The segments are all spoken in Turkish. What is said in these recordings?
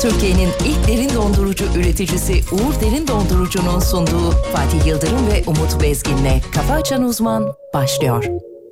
Türkiye'nin ilk derin dondurucu üreticisi Uğur Derin Dondurucu'nun sunduğu Fatih Yıldırım ve Umut Bezgin'le Kafa Açan Uzman başlıyor.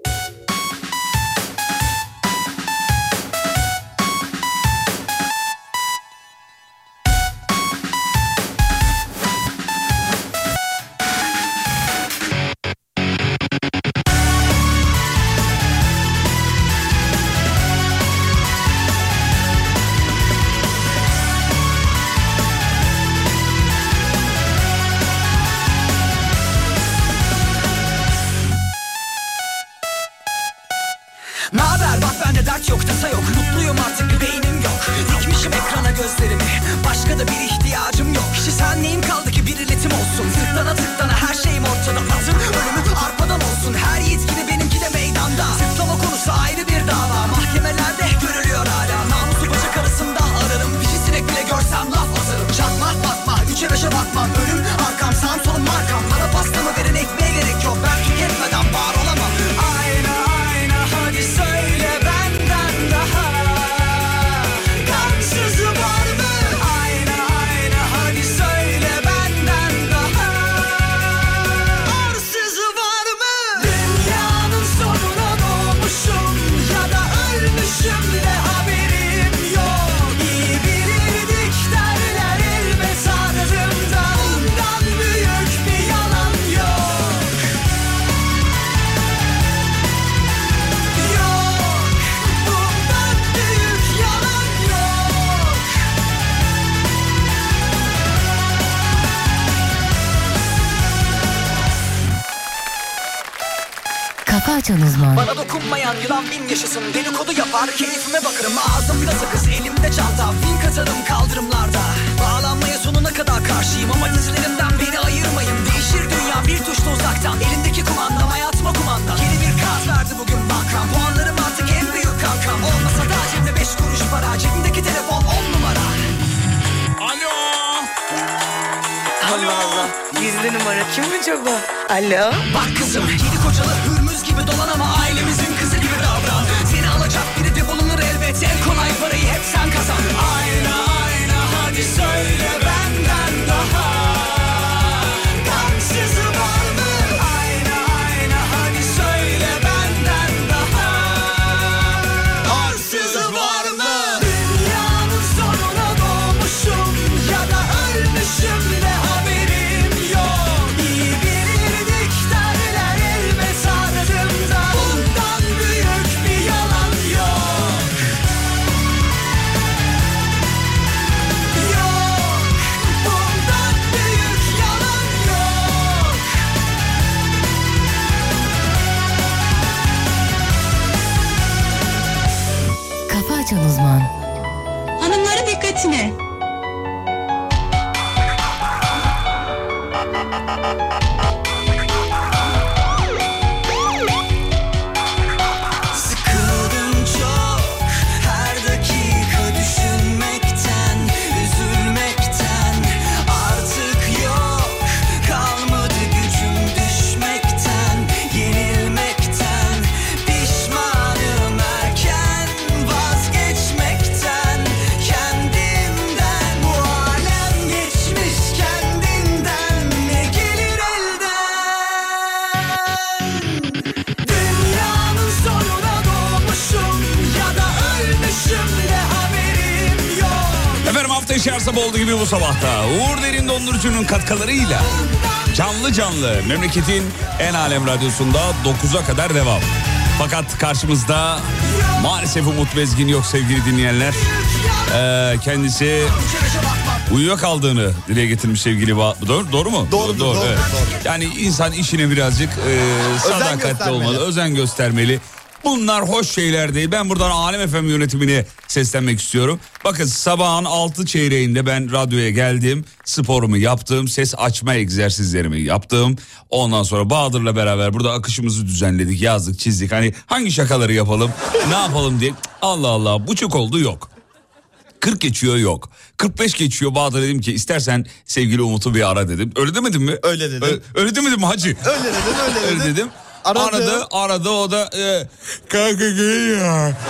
Bana dokunmayan yılan bin yaşasın. Dedikodu yapar keyfime bakarım. Ağzımda sakız elimde çanta. Bin katarım kaldırımlarda. Bağlanmaya sonuna kadar karşıyım ama dizilerimden beni ayırmayın. Değişir dünya bir tuşla uzaktan. Elimdeki kumandam hayatıma kumanda. Yeni bir kart verdi bugün bankam. Puanlarım artık en büyük kankam. Olmasa da cebimde 5 kuruş para. Cebimdeki telefon 10 numara. Alo. Allah Allah. Gizli numara kim acaba? Alo. Bak kızım yedi kocalı hürmüz gibi dolan ama ailemizin kızı gibi davran. Seni alacak biri de bulunur elbet. En kolay parayı hep sen kazan. Ayna ayna hadi söyle benden daha kansızı var mı? Ayna ayna hadi söyle benden daha arsızı var mı? Dünyanın sonuna doğmuşum ya da ölmüşüm de haberim yok. İyi bilirdik derler elbet ardımda. Bundan büyük bir yalan yok. Yok, bundan büyük yalan yok. Kafa Açan Uzman. Hanımların dikkatine. Sıkıldım çok her dakika düşünmekten, üzülmekten. Artık yok kalmadı gücüm düşmekten, yenilmekten. Pişmanım erken vazgeçmekten, kendimden. Bu alem geçmiş kendinden, ne gelir elden? Dünyanın sonuna doğmuşum ya da ölmüşüm de haberim yok. Efendim hafta içi her sabah olduğu gibi bu sabahta Uğur Derin Dondurucu'nun katkılarıyla canlı canlı memleketin en alem radyosunda 9'a kadar devam. Fakat karşımızda maalesef Umut Bezgin yok sevgili dinleyenler. Kendisi uyuyakaldığını dile getirmiş sevgili doğru mu? Doğru. Evet. Yani insan işine birazcık sadakatli olmalı, özen göstermeli. Bunlar hoş şeyler değil. Ben buradan Alem FM yönetimine seslenmek istiyorum. Bakın sabahın 6 çeyreğinde ben radyoya geldim. Sporumu yaptım. Ses açma egzersizlerimi yaptım. Ondan sonra Bahadır'la beraber burada akışımızı düzenledik. Yazdık, çizdik. Hani hangi şakaları yapalım, ne yapalım diye. Allah Allah, buçuk oldu yok. 40 geçiyor yok. 45 geçiyor. Bahadır dedim ki istersen sevgili Umut'u bir ara dedim. Öyle demedim mi? Öyle dedim. Öyle demedim mi hacı? Öyle dedim. Aradı o da kanka gel ya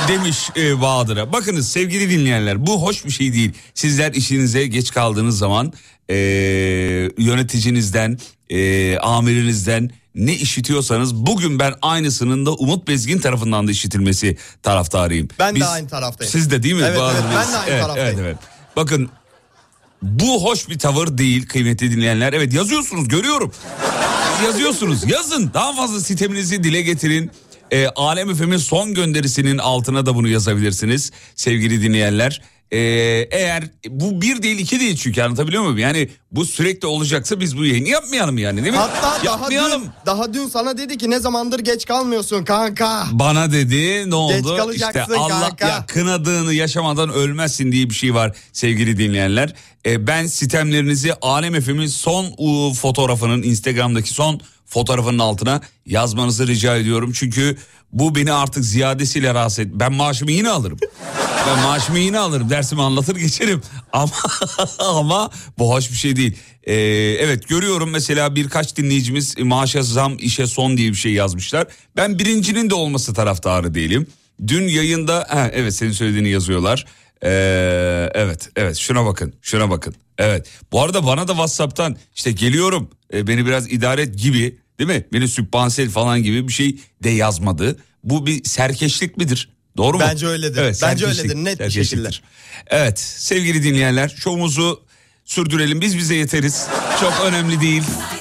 Demiş Bahadır'a. Bakınız sevgili dinleyenler, bu hoş bir şey değil. Sizler işinize geç kaldığınız zaman yöneticinizden, amirinizden ne işitiyorsanız bugün ben aynısının da Umut Bezgin tarafından da işitilmesi taraftarıyım. Ben de aynı taraftayım. Siz de değil mi? Evet, ben de aynı taraftayım. Evet. Bakın bu hoş bir tavır değil kıymetli dinleyenler. Evet, yazıyorsunuz, görüyorum. Yazıyorsunuz, yazın. Daha fazla siteminizi dile getirin. Alem FM'in son gönderisinin altına da bunu yazabilirsiniz sevgili dinleyenler. Eğer bu bir değil iki değil, çünkü anlatabiliyor muyum? Yani bu sürekli olacaksa biz bu yayını yapmayalım yani, değil mi? Hatta daha dün sana dedi ki ne zamandır geç kalmıyorsun kanka. Bana dedi, ne oldu? Geç kalacaksın İşte Allah kanka. ya, kınadığını yaşamadan ölmezsin diye bir şey var sevgili dinleyenler. Ben sitemlerinizi Alem FM'in son fotoğrafının, Instagram'daki son fotoğrafının altına yazmanızı rica ediyorum. Çünkü bu beni artık ziyadesiyle rahatsız et. Ben maaşımı yine alırım. Dersimi anlatır geçerim. Ama bu hoş bir şey değil. Evet, görüyorum mesela birkaç dinleyicimiz maaşa zam işe son diye bir şey yazmışlar. Ben birincinin de olması taraftarı değilim. Dün yayında evet senin söylediğini yazıyorlar. Evet şuna bakın. Evet, bu arada bana da WhatsApp'tan işte geliyorum beni biraz idare et gibi, değil mi? Beni sübvanse falan gibi bir şey de yazmadı. Bu bir serkeşlik midir? Doğru mu? Bence öyledir. Evet, bence öyledir, net bir şekilde. Evet sevgili dinleyenler, şovumuzu sürdürelim, biz bize yeteriz. Çok önemli değil.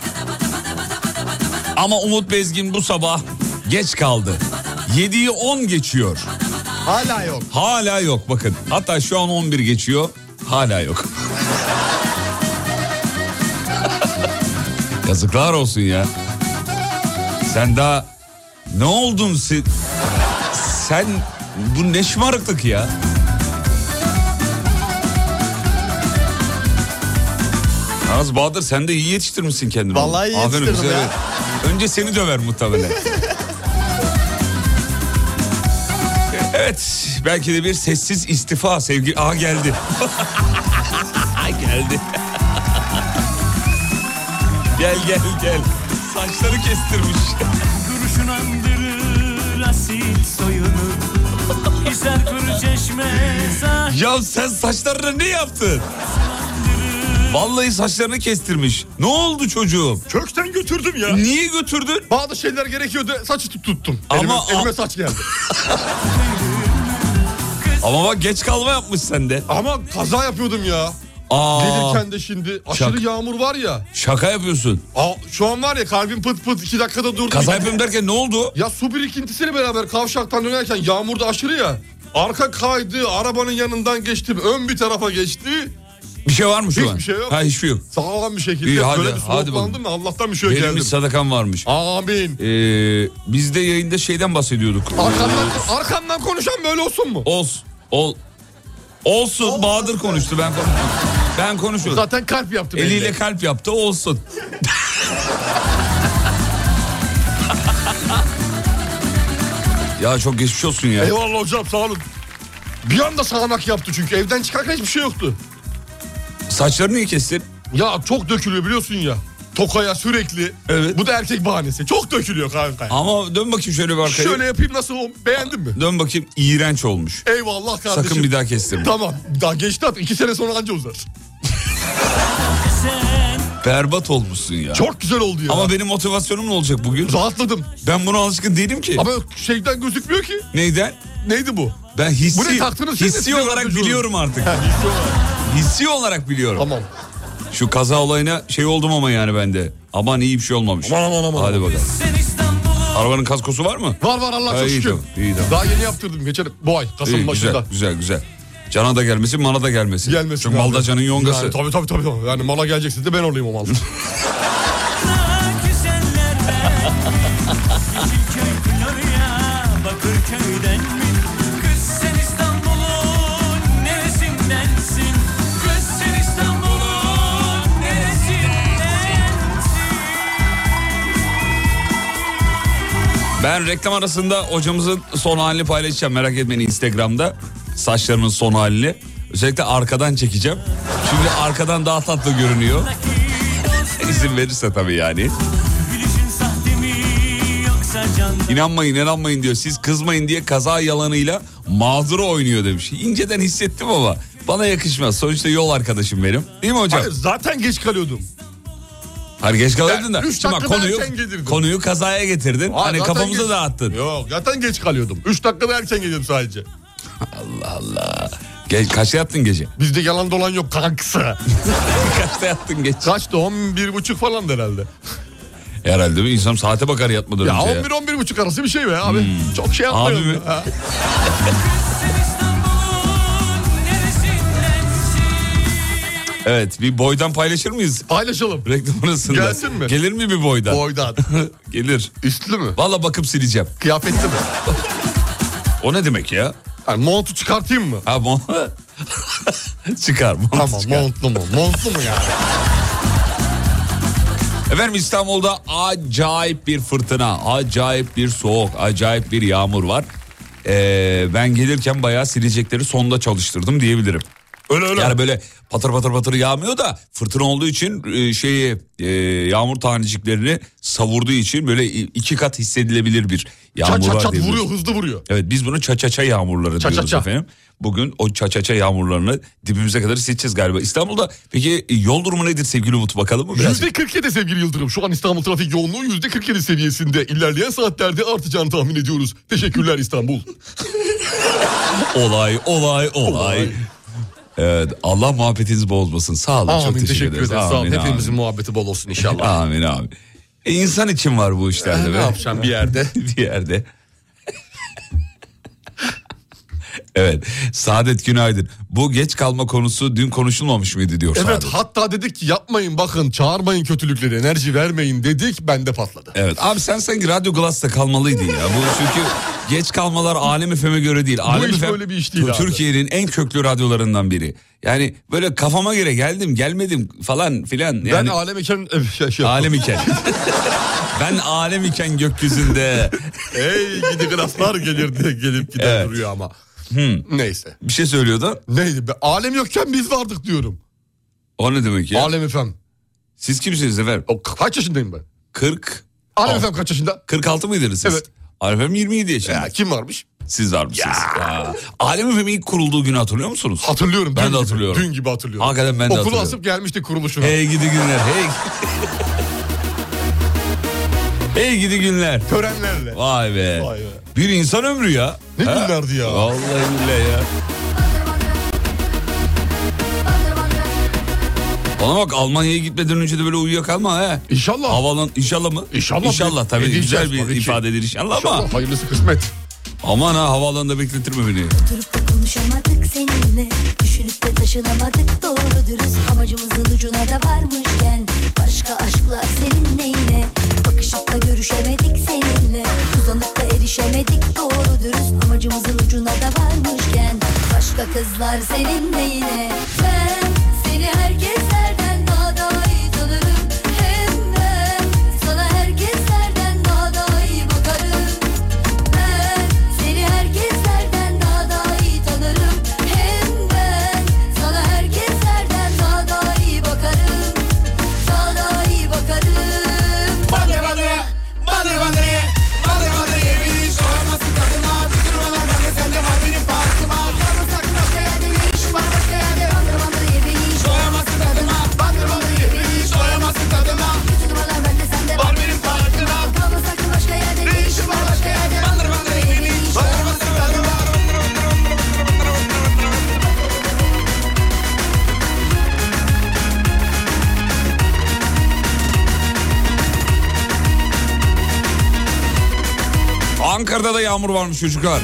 Ama Umut Bezgin bu sabah geç kaldı. 7'yi 10 geçiyor. Hala yok bakın. Hatta şu an 11 geçiyor. Hala yok. Yazıklar olsun ya. Sen daha ne oldun sen bu ne şımarıklık ya. Yalnız Bahadır, sen de iyi yetiştirmişsin kendini. Vallahi iyi yetiştirdim ya. Evet. Önce seni döver muhtemelen. Evet, belki de bir sessiz istifa sevgili. Geldi. Geldi. Gel. Saçları kestirmiş. Duruşun andırır asil soyunu. İzer kuru çeşme. Ya sen saçlarına ne yaptın? Vallahi saçlarını kestirmiş. Ne oldu çocuğum? Kökten götürdüm ya. Niye götürdün? Bazı şeyler gerekiyordu, saçı tuttum. Ama elime saç geldi. Ama bak, geç kalma yapmış sende. Ama kaza yapıyordum ya. Gelirken de şimdi aşırı yağmur var ya. Şaka yapıyorsun. Şu an var ya, kalbim pıt pıt 2 dakikada durdu. Kaza yapıyorum derken ne oldu? Ya su birikintisiyle beraber kavşaktan dönerken yağmurda aşırı ya. Arka kaydı, arabanın yanından geçtim, ön bir tarafa geçti. Bir şey var mı şu an? Hiçbir şey yok. Hiçbir şey yok. Sağlam bir şekilde İyi, böyle bir soğuklandım da Allah'tan bir şey yok. Verilmiş sadakan varmış. Amin. Biz de yayında şeyden bahsediyorduk. Arkamdan konuşan böyle olsun mu? Olsun. Bahadır konuştu, ben konuşuyorum. Zaten kalp yaptım. Eliyle kalp yaptı, olsun. Ya çok geçmiş olsun ya. Eyvallah hocam, sağ olun. Bir anda sağanak yaptı çünkü evden çıkarken hiçbir şey yoktu. Saçlarını niye kestin? Ya çok dökülüyor biliyorsun ya. Tokaya sürekli. Evet. Bu da erkek bahanesi. Çok dökülüyor kanka. Ama dön bakayım şöyle bir arkaya. Şöyle yapayım, nasıl beğendin mi? Dön bakayım, iğrenç olmuş. Eyvallah kardeşim. Sakın bir daha kestirme. Tamam, daha geçti artık, 2 sene sonra anca uzar. Berbat olmuşsun ya. Çok güzel oldu ya. Ama benim motivasyonum ne olacak bugün? Rahatladım. Ben buna alışkın değilim ki. Ama şeyden gözükmüyor ki. Neyden? Neydi bu? Ben Bu ne taktınız? hissi olarak biliyorum artık. Hissi olarak biliyorum. Tamam. Şu kaza olayına şey oldum ama yani bende. Aman iyi bir şey olmamış. Aman. Hadi bakalım. Arabanın kaskosu var mı? Var Allah çok şükür. İyi tamam. Daha yeni yaptırdım geçen bu ay Kasım başında. Güzel. Cana da gelmesin, mala da gelmesin. Çünkü malda canın yongası. Yani, tabii. Yani mala geleceksin de ben olayım o mal. Ben reklam arasında hocamızın son halini paylaşacağım. Merak etmeyin, Instagram'da saçlarının son halini. Özellikle arkadan çekeceğim. Şimdi arkadan daha tatlı görünüyor. İzin verirse tabii yani. İnanmayın diyor. Siz kızmayın diye kaza yalanıyla mağduru oynuyor demiş. İnceden hissettim ama bana yakışmaz. Sonuçta yol arkadaşım benim. Değil mi hocam? Hayır, zaten geç kalıyordum. Hayır, geç kalıyordun da. 3 Şimdi dakika konuyu, erken gelirdim. konuyu kazaya getirdin. Hani kafamıza dağıttın. Yok, zaten geç kalıyordum. 3 dakikada erken geliyordum sadece. Allah Allah. Kaçta yattın gece? Bizde yalan dolan yok kankısı. Kaçta yattın gece? Kaçtı? 11.30 falan herhalde. Herhalde mi? İnsan saate bakar yatmadan Ya önce. 11-11.30 arası bir şey be abi. Çok şey yapmayalım. Abi ya. Evet, bir boydan paylaşır mıyız? Paylaşalım. Reklam arasında. Gelsin mi? Gelir mi bir boydan? Boydan. Gelir. Üstlü mü? Valla bakıp sileceğim. Kıyafetli mi? O ne demek ya? Yani montu çıkartayım mı? Ha çıkar. Tamam, çıkar. montlu mu? Montlu mu yani? Efendim, İstanbul'da acayip bir fırtına, acayip bir soğuk, acayip bir yağmur var. Ben gelirken bayağı silecekleri sonda çalıştırdım diyebilirim. Öyle. Yani böyle patır patır patır yağmıyor da fırtına olduğu için yağmur taneciklerini savurduğu için böyle 2 kat hissedilebilir bir yağmur çat var çat diyebiliriz. vuruyor, hızlı vuruyor. Evet, biz bunu çaçaça yağmurları diyoruz efendim. Bugün o çaçaça yağmurlarını dibimize kadar hissedeceğiz galiba. İstanbul'da peki yol durumu nedir sevgili Umut, bakalım mı biraz? %47 sevgili Yıldırım. Şu an İstanbul trafik yoğunluğu %47 seviyesinde. İlerleyen saatlerde artacağını tahmin ediyoruz. Teşekkürler İstanbul. Olay. Evet, Allah muhabbetinizi bozmasın. Sağ olun. Amin, çok teşekkür ederiz. ederiz. Sağ olun. Amin, Hepimizin amin. muhabbeti bol olsun inşallah. Amin abi. İnsan için var bu işlerde. Ne yapacağım bir yerde? Bir yerde. Evet. Saadet günaydın. Bu geç kalma konusu dün konuşulmamış mıydı diyor Evet, Saadet. hatta dedik ki yapmayın, bakın çağırmayın kötülükleri, enerji vermeyin dedik, bende patladı. Evet abi, sen sanki Radyo Glass'ta kalmalıydın ya. Bu çünkü geç kalmalar Alem FM'e göre değil. Alem iş FM böyle bir iş değil abi. Türkiye'nin en köklü radyolarından biri. Yani böyle kafama göre geldim gelmedim falan filan. Yani, Ben alem iken... Alem iken. Ben alem iken gökyüzünde. Ey gidi klaslar gelirdi, gelip gider Evet. duruyor ama. Neyse. Bir şey söylüyordun. Neydi be? Alem yokken biz vardık diyorum. O ne demek ya? Alem FM. Siz kimsiniz efendim? Kaç yaşındayım ben? 40. Alem FM kaç yaşında? 46 mıydınız siz? Evet. Alem FM 27 yaşında. Ya, kim varmış? Siz var mısınız? Ya. Alem FM'in ilk kurulduğu günü hatırlıyor musunuz? Hatırlıyorum. Ben dün de gibi, hatırlıyorum. Dün gibi hatırlıyorum. Hakikaten ben de Okula hatırlıyorum. asıp gelmiştik kuruluşuna. Hey gidi günler. Hey gidi günler. Törenlerle. Vay be. Vay be. Bir insan ömrü ya. Ne günlerdi ya. Vallahi billahi ya. Bana bak, Almanya'ya gitmeden önce de böyle uyuyakalma ha. İnşallah. Havalan inşallah mı? İnşallah. İnşallah tabii, Edeceğiz güzel bir tabii ki. ifadedir inşallah, İnşallah. ama. Hayırlısı kısmet. Aman ha, havaalanında bekletirme beni. Oturup da konuşamadık seninle, düşünüp de taşınamadık doğru dürüst. Amacımızın ucuna da varmışken başka aşklar senin neyine? Bakışıp da görüşemedik seninle, uzanıp da erişemedik doğru dürüst. Amacımızın ucuna da varmışken başka kızlar senin neyine? Ben seni herkeslerden daha iyi tanırım. Hem ben sana herkeslerden daha iyi bakarım. Ben seni herkeslerden daha iyi tanırım. Hem ben sana herkeslerden daha iyi bakarım. Daha iyi bakarım. Beni sormasın kadına. Bütün olanlar sende var, benim farkıma. Yalnız sakın başka yerde ne işin var, başka yerde. Bandır ye beni. Soyamazsın tadına. Bandır ye beni. Soyamazsın tadına. Bütün numaralar bende sende var, benim farkına. Yalnız sakın başka yerde ne işin var, başka yerde. Bandır ye beni. Soyamazsın tadına. Ankara'da da yağmur varmış çocuklar.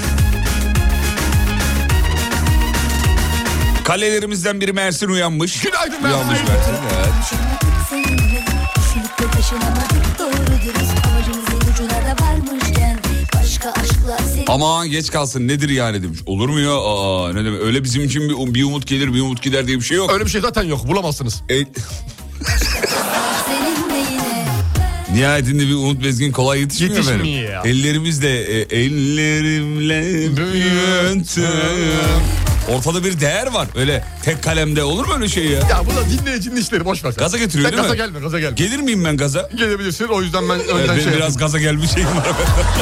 Kalelerimizden biri Mersin uyanmış. Günaydın Mersin. Uyanmış Mersin, evet. Konuşamadık seninle, düşünüp de taşınamadık doğru dürüst. Amacımızın ucuna da varmışken başka aşklar senin. Aman geç kalsın nedir yani demiş. Olur mu ya? Aa, ne demek? Öyle bizim için bir umut gelir, bir umut gider diye bir şey yok. Öyle bir şey zaten yok, bulamazsınız. Senin neyine? Nihayetinde bir Umut Bezgin kolay yetişmiyor Yetişmiyor benim. ya. Ellerimle büyüttüm. Ortada bir değer var. Öyle tek kalemde olur mu öyle şey ya? Ya bu da dinleyicinin işleri, boş ver. Gaza getiriyor sen değil gaza mi? gelme, gaza gelme. Gelir miyim ben gaza? Gelebilirsin, o yüzden ben önden Benim biraz yapayım. gaza gelmiş şeyim var.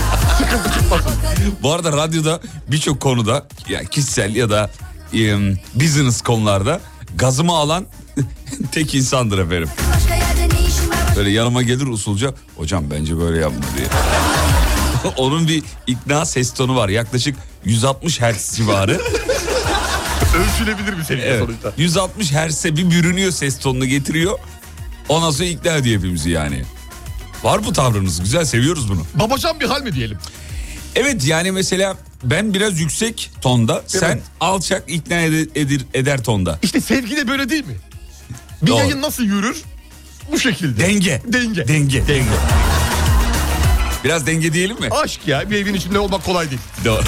Bu arada radyoda birçok konuda ya kişisel ya da business konularda gazımı alan tek insandır efendim. Böyle yanıma gelir usulca, hocam bence böyle yapma diye. Onun bir ikna ses tonu var, yaklaşık 160 Hz civarı. Ölçülebilir bir seviye Evet. sonuçta. 160 Hz'e bir bürünüyor, ses tonunu getiriyor. Ondan sonra ikna ediyor hepimizi yani. Var bu tavrınız, güzel, seviyoruz bunu. Babacan bir hal mi diyelim? Evet, yani mesela ben biraz yüksek tonda, sen alçak ikna eder tonda. İşte sevgi de böyle değil mi? Bir Doğru. yayın nasıl yürür? Bu şekilde. Denge. Denge. Biraz denge diyelim mi? Aşk ya, bir evin içinde olmak kolay değil. Doğru.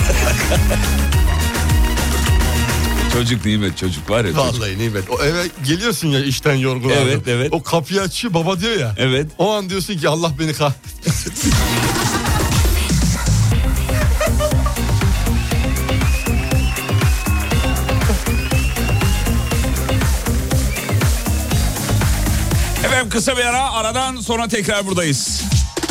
Çocuk nimet, çocuk var ya. Vallahi Çocuk. nimet. O eve geliyorsun ya işten yorgun. Evet, evet. O kapıyı açıyor, baba diyor ya. Evet. O an diyorsun ki Allah beni kahretsin. Efendim kısa bir ara, aradan sonra tekrar buradayız.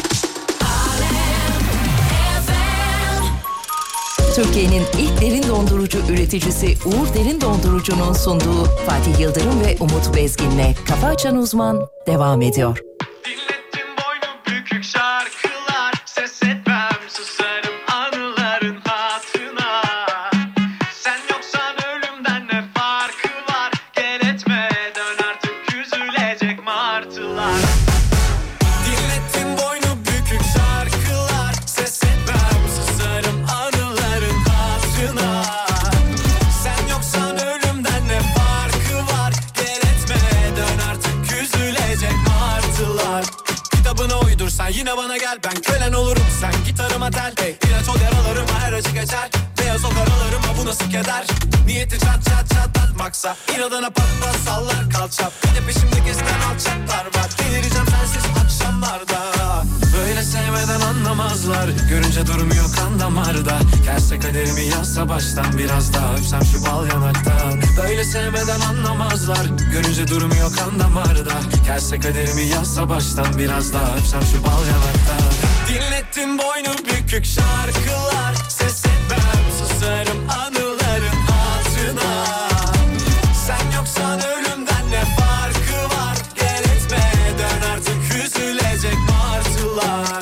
Türkiye'nin ilk derin dondurucu üreticisi Uğur Derin Dondurucu'nun sunduğu Fatih Yıldırım ve Umut Bezgin'le Kafa Açan Uzman devam ediyor. Dinlettin boynu bükük şarkılar, ses etmem susarım anıların hatırına. Sen yoksan ölümden ne farkı var, gel etme dön artık üzülecek martılar. Dinlettin boynu bükük şarkılar, ses etmem susarım anıların hatırına. Sen yoksan ölümden ne farkı var, gel etme dön artık üzülecek martılar. Kitabına uydursan yine bana gel, ben kölen olurum sen gitarıma tel. İlaç ol yaralarıma her acı geçer, beyaz o karalarıma bu nasıl keder. Niyeti çat çat çatlatmaksa inadına pat pat sallar kalçap. Bir de peşimde gezen alçaklar var, delireceğim sensiz akşamlarda. Böyle sevmeden anlamazlar, görünce durmuyor kan damarda. Gelse kaderimi yazsa baştan, biraz daha öpsem şu bal yanaktan. Böyle sevmeden anlamazlar, görünce durmuyor kan damarda. Gelse kaderimi yazsa baştan, biraz daha öpsem şu bal yanaktan. Dinlettin boynu bükük şarkılar, ses etmem susarım anıların hatırına. Sen yoksan ölümden ne farkı var, gel etme dön artık üzülecek martılar.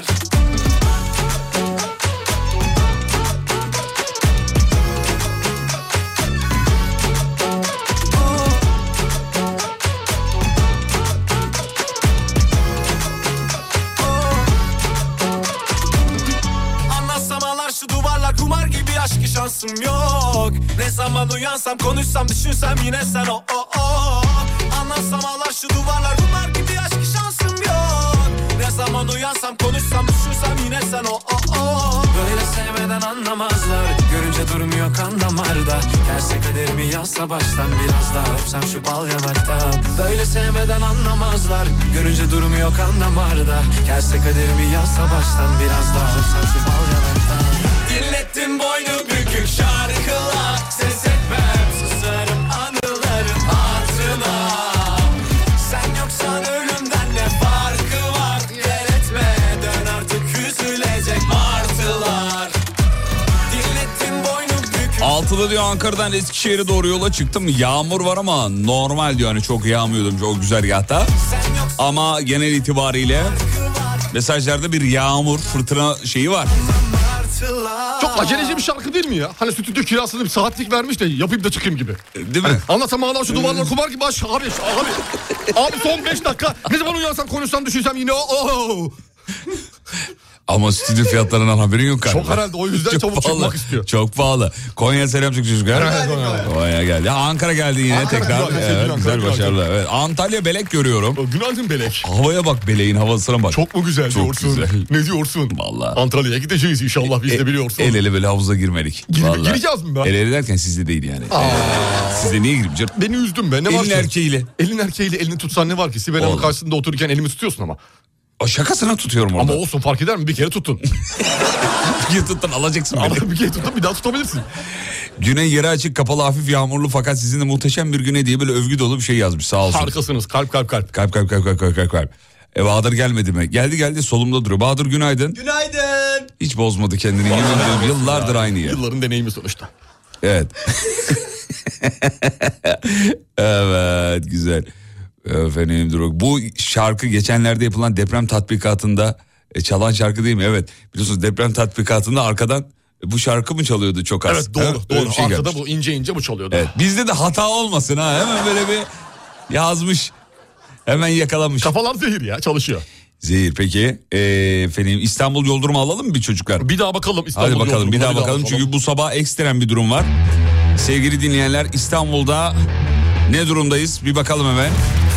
Anlatsam ağlar şu duvarlar, kumar gibi aşk şansım yok. Ne zaman uyansam konuşsam düşünsem yine sen o. Anlatsam ağlar şu duvarlar, kumar gibi aşk şansım yok. Ne zaman uyansam konuşsam düşünsem yine sen o. Böyle sevmeden anlamazlar, görünce durmuyor kan damarda. Gelse kaderimi yazsa baştan, biraz daha öpsem şu bal yanaktan. Böyle sevmeden anlamazlar, görünce durmuyor kan damarda. Gelse kaderimi yazsa baştan, biraz daha öpsem şu bal yanaktan. Dinlettin boynu bükük şarkılar, ses etmem susarım anıların hatırına. Sen yoksan ölümden ne farkı var, gel etme dön artık üzülecek martılar. Dinlettin boynu bükük. Altıda diyor, Ankara'dan Eskişehir'e doğru yola çıktım. Yağmur var ama normal diyor, hani çok yağmıyordum çok güzergahta. Ama genel itibariyle mesajlarda bir yağmur fırtına şeyi var. Çok aceleci bir şarkı değil mi ya? Hani stüdyo kirasını bir saatlik vermiş de yapayım da çıkayım gibi. Değil mi? Hani anlatsam ağlar şu duvarlar kumar gibi aşk abi. Abi son 5 dakika. Ne zaman uyansam konuşsam düşünsem yine o. Ama stüdyo fiyatlarından haberin yok galiba. Çok herhalde, o yüzden çabuk çıkmak istiyor. Çok pahalı. Konya selam çocuklar. Evet, Konya geldi. Ankara geldi yine Ankara, tekrar. güzel, Güzel başarılar. Evet. Antalya Belek görüyorum. Günaydın Belek. Havaya bak, Belek'in havasına bak. Çok mu güzel Çok diyorsun? güzel. Ne diyorsun? Vallahi. Antalya'ya gideceğiz inşallah, biz de biliyorsun. El ele böyle havuza girmedik. Vallahi. Gireceğiz mi ben? El ele derken sizde değil yani. Sizde niye gireyim canım? Beni üzdün be, ne var Elin ki? erkeğiyle. Elin erkeğiyle elini tutsan ne var ki? Sibel Hanım Oğlum. karşısında otururken elimi tutuyorsun ama. O şakasına tutuyorum orada. Ama olsun, fark eder mi? Bir kere tuttun. Bir kere tuttun, alacaksın beni. Bir kere tuttun, bir daha tutabilirsin. Güney yarı açık, kapalı, hafif yağmurlu fakat sizin de muhteşem bir güne diye böyle övgü dolu bir şey yazmış, sağ olsun. Harikasınız, kalp. Kalp. Bahadır gelmedi mi? Geldi, solumda duruyor. Bahadır günaydın. Günaydın. Hiç bozmadı kendini. Yemin ediyorum, yıllardır aynı yer. Yılların deneyimi sonuçta. Evet. Evet, güzel. Efendim dur. Bu şarkı geçenlerde yapılan deprem tatbikatında çalan şarkı değil mi? Evet. Biliyorsunuz deprem tatbikatında arkadan bu şarkı mı çalıyordu çok az? Evet, doğru. Şey Arkada gelmiş. bu ince bu çalıyordu. Evet. Bizde de hata olmasın ha. Hemen böyle bir yazmış. Hemen yakalamış. Kafalar zehir ya, çalışıyor. Zehir, peki. Efendim İstanbul yol durumu alalım mı bir çocuklar? Bir daha bakalım İstanbul Hadi bakalım, yol bir daha durumuna, bakalım. Çünkü bu sabah ekstrem bir durum var. Sevgili dinleyenler, İstanbul'da ne durumdayız? Bir bakalım hemen.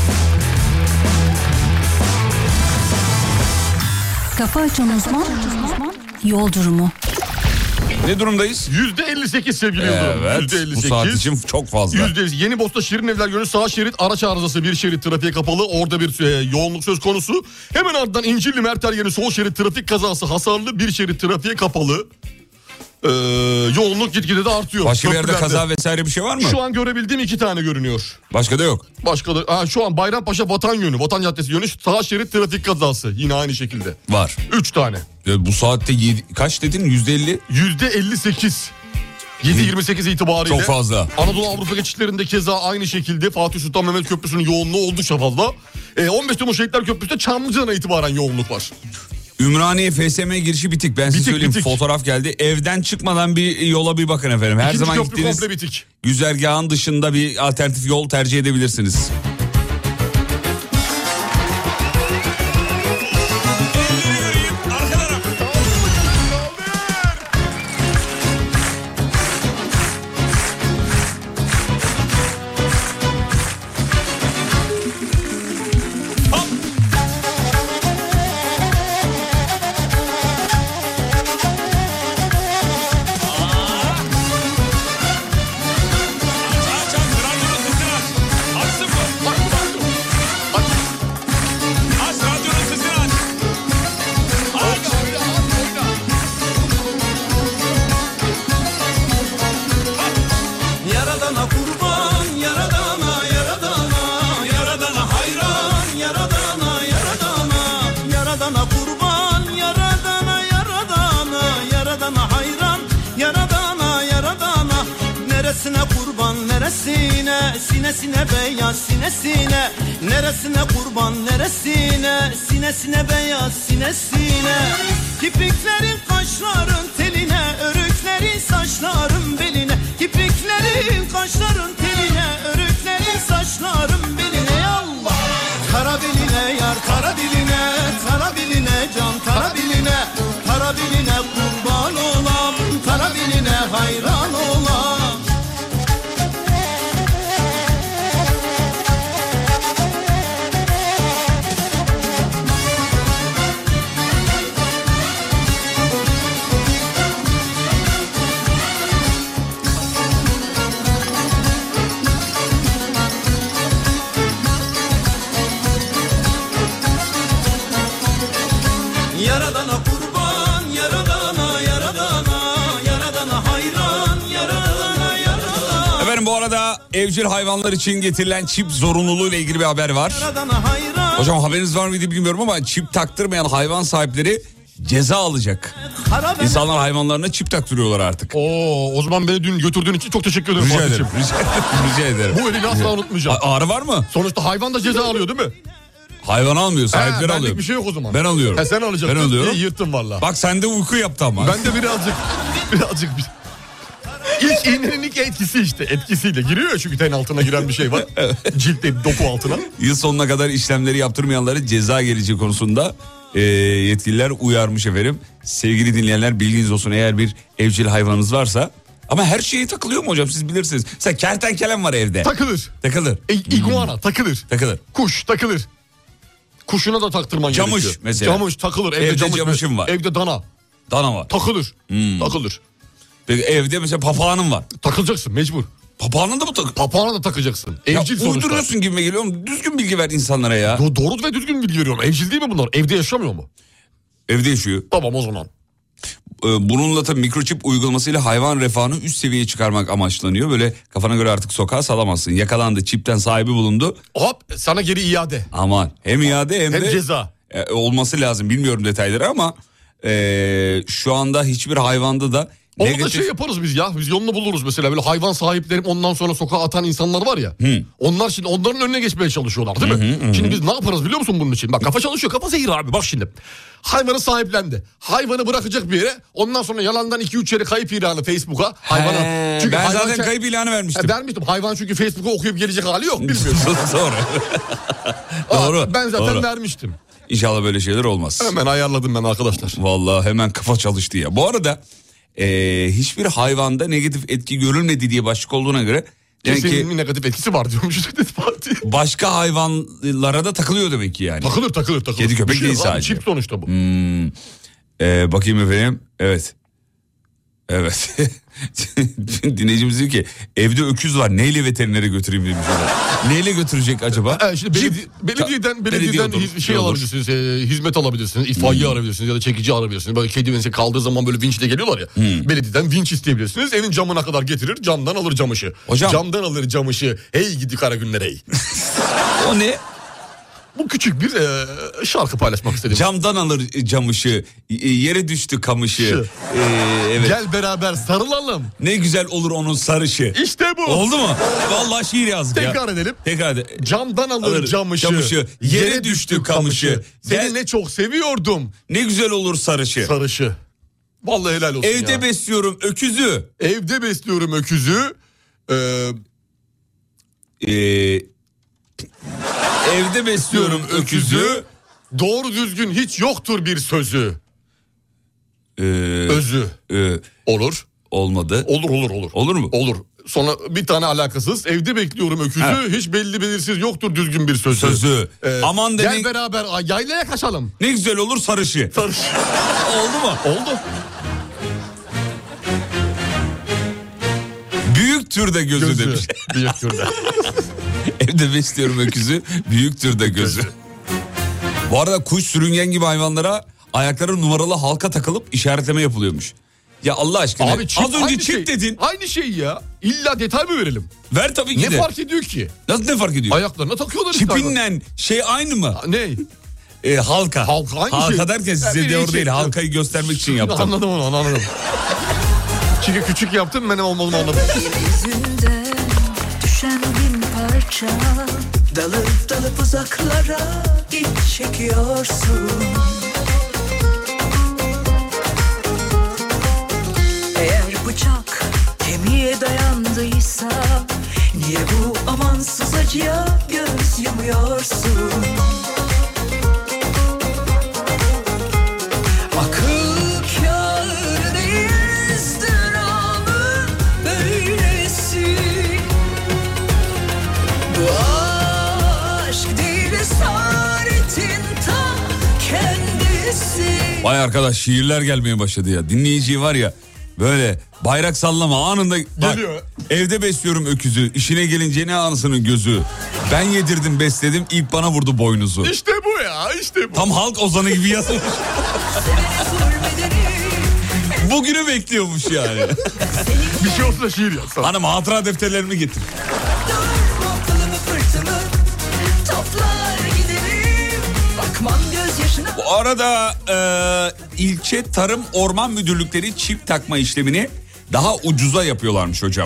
Kafa Açan Uzman yol durumu. Ne durumdayız? %58 sevgili Yıldırım. Evet, %58. bu saat için çok fazla. %58. Yenibosta Şirinevler yönü sağ şerit araç arızası, bir şerit trafiğe kapalı. Orada bir yoğunluk söz konusu. Hemen ardından İncirli Merter yönü sol şerit trafik kazası hasarlı, bir şerit trafiğe kapalı. Yoğunluk gitgide de artıyor. Başka bir yerde kaza vesaire bir şey var mı? Şu an görebildiğim 2 tane görünüyor. Başka da yok. Başka da şu an Bayrampaşa Vatan yönü, Vatan Caddesi yönü sağ şerit trafik kazası yine aynı şekilde. Var. 3 tane. Bu saatte kaç dedin? %50? %58. 7.28 itibariyle. Çok fazla. Anadolu Avrupa geçişlerinde keza aynı şekilde Fatih Sultan Mehmet Köprüsü'nün yoğunluğu oldukça fazla. 15 Temmuz Şehitler Köprüsü'nde Çamlıca'dan itibaren yoğunluk var. Ümraniye FSM girişi bitik. Ben size söyleyeyim, fotoğraf geldi. Evden çıkmadan bir yola bir bakın efendim. Her İkinci zaman köprü gittiğiniz komple bitik. güzergahın dışında bir alternatif yol tercih edebilirsiniz. Sinesine beyaz sinesine, neresine kurban neresine, sinesine beyaz sinesine. Kirpiklerin kaşların teline, örüklerin saçların beline. Kirpiklerin kaşların teline, örüklerin saçların beline. Allah! Tara beline yar, tara diline, tara diline can, tara diline, tara diline kurban olam, tara diline hayran olam. Yaradana kurban, yaradana, yaradana, yaradana hayran, yaradana, yaradana. Efendim bu arada evcil hayvanlar için getirilen çip zorunluluğu ile ilgili bir haber var. Yaradana hayran. Hocam haberiniz var mıydı bilmiyorum ama çip taktırmayan hayvan sahipleri ceza alacak. İnsanlar hayvanlarına çip taktırıyorlar artık. O zaman beni dün götürdüğün için çok teşekkür ederim. Rica ederim. Bu elini asla unutmayacağım. Ağrı var mı? Sonuçta hayvan da ceza alıyor değil mi? Hayvan almıyor, sahipleri alıyor. Bir şey yok o zaman. Ben alıyorum. Sen alacaksın. Ben alıyorum. İyi yırttın valla. Bak sende uyku yaptı ama. Ben de birazcık. İlk iğnenin ilk etkisi işte. Etkisiyle giriyor ya, çünkü ten altına giren bir şey var. Ciltte doku altına. Yıl sonuna kadar işlemleri yaptırmayanlara ceza geleceği konusunda yetkililer uyarmış efendim. Sevgili dinleyenler, bilginiz olsun, eğer bir evcil hayvanınız varsa. Ama her şeye takılıyor mu hocam, siz bilirsiniz. Mesela kertenkelem var evde. Takılır. İguana takılır. Kuş takılır. Kuşuna da taktırman gerekiyor. Camış mesela. Camış takılır. Evde camışım var. Evde dana. Dana var. Takılır. Takılır. Peki evde mesela papağanım var. Takılacaksın mecbur. Papağanı da mı tak? Papağanı da takacaksın. Evcil sonuçta. Uyduruyorsun gibime geliyor. Düzgün bilgi ver insanlara ya. Doğru ve düzgün bilgi veriyorum. Evcil değil mi bunlar? Evde yaşamıyor mu? Evde yaşıyor. Tamam o zaman. Bununla tabii mikroçip uygulamasıyla hayvan refahını üst seviyeye çıkarmak amaçlanıyor. Böyle kafana göre artık sokağa salamazsın. Yakalandı, çipten sahibi bulundu. Hop sana geri iade. Aman hem iade hem de ceza. Olması lazım. Bilmiyorum detayları ama şu anda hiçbir hayvanda da Onu da şey yaparız biz ya. Biz yolunu buluruz mesela. Böyle hayvan sahipleri ondan sonra sokağa atan insanlar var ya. Onlar şimdi onların önüne geçmeye çalışıyorlar değil mi? Şimdi biz ne yaparız biliyor musun bunun için? Bak kafa çalışıyor. Kafa zehir abi. Bak şimdi. Hayvanı sahiplendi. Hayvanı bırakacak bir yere. Ondan sonra yalandan 2-3 yere kayıp ilanı Facebook'a. Hayvana. Çünkü ben zaten kayıp ilanı vermiştim. Vermiştim. Hayvan çünkü Facebook'a okuyup gelecek hali yok. Bilmiyorum. Doğru. Doğru. Ben zaten Doğru. vermiştim. İnşallah böyle şeyler olmaz. Hemen ayarladım ben arkadaşlar. Vallahi hemen kafa çalıştı ya. Bu arada hiçbir hayvanda negatif etki görülmedi diye başlık olduğuna göre demek ki negatif etkisi var diyormuş. Başka hayvanlara da takılıyor demek ki yani. Takılır. Kedi köpek değil sadece. Çip sonuçta bu. Bakayım efendim. Evet. Dinleyicimiz diyor ki evde öküz var neyle veterinere götüreyim demiş. Neyle götürecek acaba? Şimdi belediyeden şey alabilirsiniz, hizmet alabilirsiniz, itfaiye arayabilirsiniz ya da çekici arayabilirsiniz. Böyle kedi mesela kaldığı zaman böyle vinçle geliyorlar ya. Belediyeden vinç isteyebilirsiniz. Evin camına kadar getirir, camdan alır camışı. Hocam. Camdan alır camışı. Hey gidi kara günler hey. O ne? Bu küçük bir şarkı paylaşmak istedim. Camdan alır camışı, yere düştü kamışı. Evet. Gel beraber sarılalım. Ne güzel olur onun sarışı. İşte bu. Oldu mu? Vallahi şiir yazdık ya. Tekrar edelim. Tekrar edelim. Camdan alır camışı, yere düştü kamışı. Seni ne çok seviyordum. Ne güzel olur sarışı. Sarışı. Vallahi helal olsun Evde ya. besliyorum öküzü. Evde besliyorum öküzü. Evde besliyorum öküzü. Doğru düzgün hiç yoktur bir sözü. Özü. Olur. Olmadı. Olur. Olur mu? Olur. Sonra bir tane alakasız. Evde bekliyorum öküzü. Hiç belli belirsiz yoktur düzgün bir sözü. Aman gel demek. beraber yaylaya kaçalım. Ne güzel olur sarışı. Oldu mu? Oldu. Büyüktür de gözü demiş. Büyüktür de. Evde besliyorum öküzü. Büyüktür de gözü. Bu arada kuş, sürüngen gibi hayvanlara ayakları numaralı halka takılıp işaretleme yapılıyormuş. Ya Allah aşkına. Abi çip, az önce çip şey, dedin. Aynı şey ya. İlla detay mı verelim? Ver tabii ki ne de. fark ediyor ki? Nasıl ne fark ediyor? Ayaklarına takıyorlar. Çipinle şey aynı mı? Ne? Halka. Halka şey. Derken size doğru değil. Halkayı göstermek için yaptım. Anladım onu anladım. Çünkü küçük yaptım benim olmadığımı anladım. Yüzünden düşen bin parça dalıp uzaklara ip çekiyorsun. Eğer bıçak kemiğe dayandıysa niye bu amansız acıya göz yumuyorsun? Akıl kâr değil ızdırabı böylesi. Bu aşk değil esaretin ta kendisi. Vay arkadaş şiirler gelmeye başladı ya. Dinleyici var ya böyle bayrak sallama anında. Bak, geliyor. Evde besliyorum öküzü. İşine gelince ne anasının gözü. Ben yedirdim besledim ilk bana vurdu boynuzu. İşte bu ya işte bu. Tam halk ozanı gibi yazmış. Bugünü bekliyormuş yani. Bir şey olsa şiir yazsana. Hanım hatıra defterlerimi getir. Bu arada ilçe tarım orman müdürlükleri çip takma işlemini daha ucuza yapıyorlarmış hocam.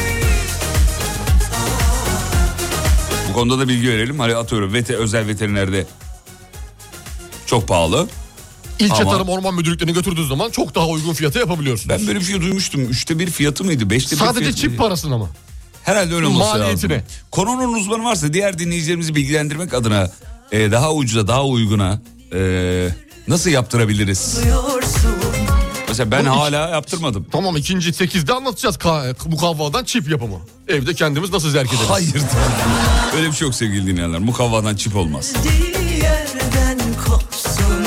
Bu konuda da bilgi verelim. Hani atıyorum özel veterinerde çok pahalı. İlçe Ama Tarım Orman Müdürlüklerine götürdüğünüz zaman çok daha uygun fiyata yapabiliyorsunuz. Ben böyle bir şey duymuştum. 1/3 fiyatı mıydı? 5'te 1 Sadece fiyatı çip mıydı? parasına mı? Herhalde öyle olması maliyetine lazım. Konunun uzmanı varsa diğer dinleyicilerimizi bilgilendirmek adına daha ucuza daha uyguna nasıl yaptırabiliriz? Mesela ben hala yaptırmadım. Tamam 2. 8'de anlatacağız mukavvadan çip yapımı. Evde kendimiz nasıl zerk ederiz? Hayır. Öyle bir şey yok sevgili dinleyenler. Mukavvadan çip olmaz. Yerden kopsun.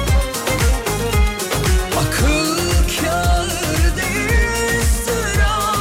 Akıl kâr değil ızdırabı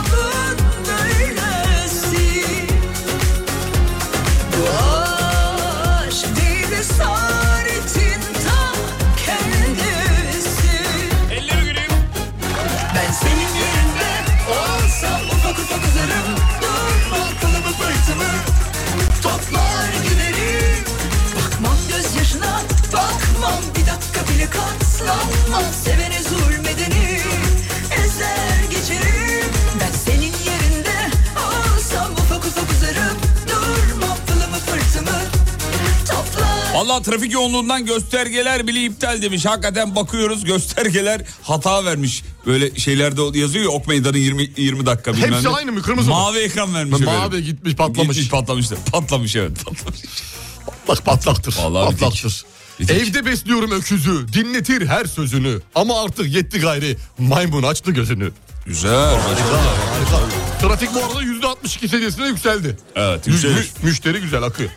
Allah trafik yoğunluğundan göstergeler bile iptal demiş. Hakikaten bakıyoruz göstergeler hata vermiş. Böyle şeylerde yazıyor ya, ok meydanı 20 dakika bilmem Hepsi ne. aynı mı? Kırmızı mı? Mavi ekran vermiş. Mavi gitmiş patlamış. Gitmiş patlamıştır. Patlamış evet patlamış. Patlaktır. Vallahi Patlaktır. Evde besliyorum öküzü, dinletir her sözünü. Ama artık yetti gayri, maymun açtı gözünü. Güzel. Harika. Trafik bu arada %62 seviyesine yükseldi. Evet yükselir. Müşteri güzel akıyor.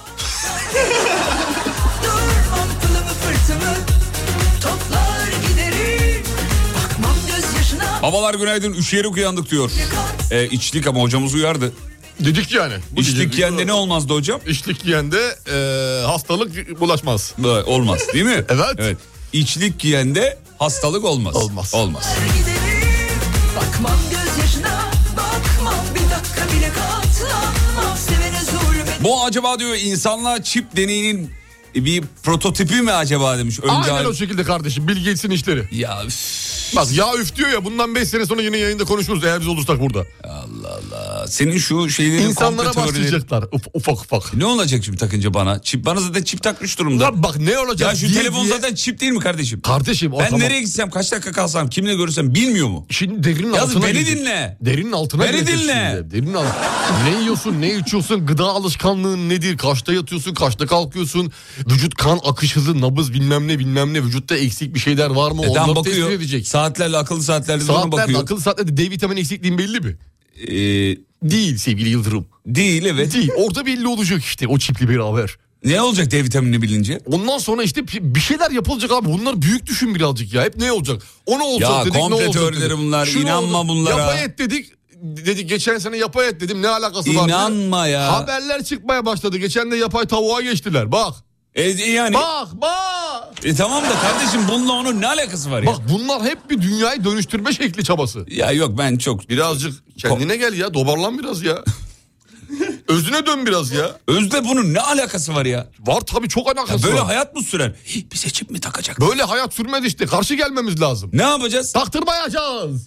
Babalar günaydın, üşüyerek uyandık diyor. İçlik ama hocamız uyardı. Dedik yani. İçlik yiyende ne olmazdı hocam? İçlik yiyende hastalık bulaşmaz. Olmaz değil mi? Evet. İçlik yiyende hastalık olmaz. Olmaz. Bakmam gözyaşına, bakmam bir dakika bile katlanmam, sevene zulmet. Bu acaba diyor insanlığa çip deneyinin bir prototipi mi acaba demiş. Aynen o şekilde kardeşim, Bill Gates'in işleri. Ya bak ya üf diyor ya, bundan 5 sene sonra yine yayında konuşuruz eğer biz olursak burada. Allah Allah. Senin şu şeylerin İnsanlara başlayacaklar ufak. Ne olacak şimdi takınca bana? Çip, bana zaten çip takmış durumda. Ya bak ne olacak? Ya şu telefon zaten çip değil mi kardeşim? Kardeşim ben nereye gitsem, kaç dakika kalsam, kimle görürsem bilmiyor mu? Şimdi derinin altına beni girecek. dinle. Derinin altına beni dinle. Derinin ne yiyorsun, ne içiyorsun, gıda alışkanlığın nedir? Kaçta yatıyorsun, kaçta kalkıyorsun? Vücut kan akış hızı, nabız bilmem ne. Vücutta eksik bir şeyler var mı? Onları bakıyor. tespit edecek. Saatlerle, akıllı saatlerle bakıyor. Saatlerle, akıllı saatlerde D vitamini eksikliğin belli mi? Değil sevgili Yıldırım. Değil evet. Değil. Orada belli olacak işte o çiple beraber. Ne olacak D vitamini bilince? Ondan sonra işte bir şeyler yapılacak abi. Bunlar büyük düşün birazcık ya. Hep ne olacak? O ne olacak ya, dedik, ne olacak dedik. Ya komple teorileri bunlar. Şunu inanma oldu. bunlara. Yapay et dedik geçen sene yapay et dedim, ne alakası var? İnanma ya. Haberler çıkmaya başladı. Geçen de yapay tavuğa geçtiler bak. Yani. Bak. Tamam da kardeşim bununla onun ne alakası var ya? Bak bunlar hep bir dünyayı dönüştürme şekli çabası. Ya yok ben çok. Birazcık kendine gel ya, dobarlan biraz ya. Özüne dön biraz ya. Özde bunun ne alakası var ya? Var tabii, çok alakası var. Böyle hayat mı sürer? Bize çip mi takacak? Böyle hayat sürmez işte, karşı gelmemiz lazım. Ne yapacağız? Taktırmayacağız.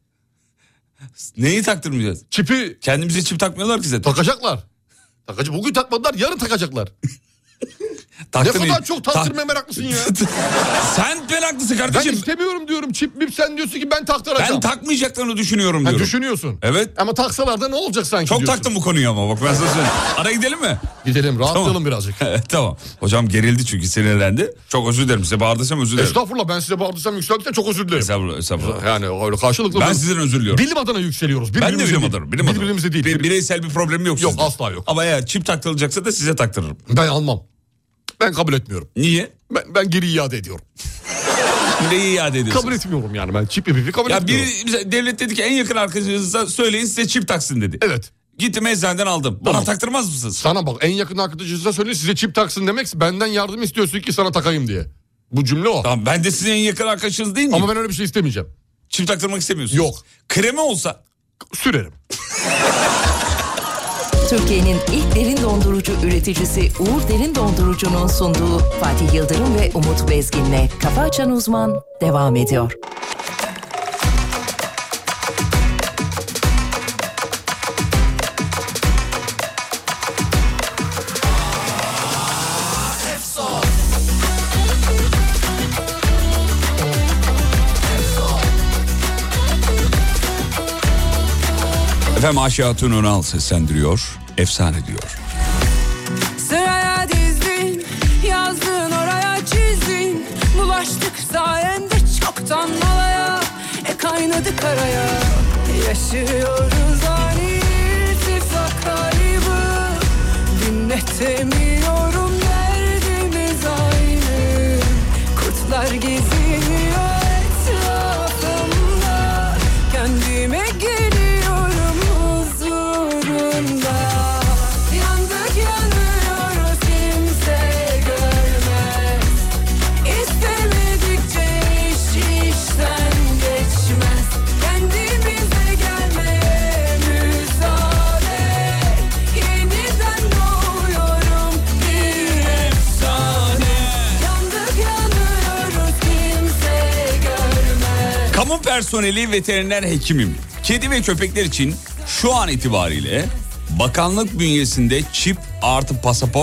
Neyi taktırmayacağız? Çipi. Kendimize çip takmıyorlar ki zaten. Takacaklar. Bugün takmadılar, yarın takacaklar. Ne kadar çok taktırmaya meraklısın ya. Sen meraklısın kardeşim. Ben istemiyorum diyorum, çip sen diyorsun ki ben taktıracağım. Ben takmayacaklarını düşünüyorum diyorum. Düşünüyorsun. Evet. Ama taksalar da ne olacak sanki çok diyorsun. taktım bu konuyu ama bak ben sana söyleyeyim. Ara gidelim mi? Gidelim, rahatlayalım birazcık. Tamam. Hocam gerildi çünkü, sinirlendi. Çok özür dilerim, size bağırdıysam özür dilerim. Estağfurullah, ben size bağırdıysam yükseldiysem çok özür dilerim. Estağfurullah. Yani öyle karşılıklı. Ben sizden özür diliyorum. Bilim adına yükseliyoruz. Ben de bilim adına. Birbirimize değil. Bireysel bir problemim yok Yok sizde. asla yok. Ama eğer çip takılacaksa da size taktırırım. Ben almam. Ben kabul etmiyorum. Niye? Ben geri iade ediyorum. Neyi iade ediyorsunuz? Kabul etmiyorum yani, ben çip kabul etmiyorum. Ya biri devlet dedi ki en yakın arkadaşınıza söyleyin size çip taksın dedi. Evet. Gittim eczaneden aldım. Bana taktırmaz mısınız? Sana bak, en yakın arkadaşınıza söyleyin size çip taksın demek, benden yardım istiyorsun ki sana takayım diye. Bu cümle o. Tamam, ben de sizin en yakın arkadaşınız değil miyim? Ama ben öyle bir şey istemeyeceğim. Çip taktırmak istemiyorsunuz. Yok. Kremi olsa? Sürerim. Türkiye'nin ilk derin dondurucu üreticisi Uğur Derin Dondurucu'nun sunduğu Fatih Yıldırım ve Umut Bezgin'le Kafa Açan Uzman devam ediyor. Efendim Ayşe Hatun Önal seslendiriyor. Efsane diyor. Sıraya dizdin, yazdın oraya çizdin. Bulaştık sayende çoktan malaya, kaynadık araya. Yaşıyoruz ani irtifak kaybı. Dinletemiyorum, derdimiz aynı. Kurtlar geziniyor etrafımda. Kendime geliyorum huzurunda. Yandık yanıyoruz, kimse görmez. İstemedikçe iş işten geçmez. Kendimize gelmeye müsaade. Yeniden doğuyorum bir efsane. Yandık yanıyoruz, kimse görmez. Kamu personeli veteriner hekimim. Kedi ve köpekler için şu an itibariyle bakanlık bünyesinde çip artı pasaport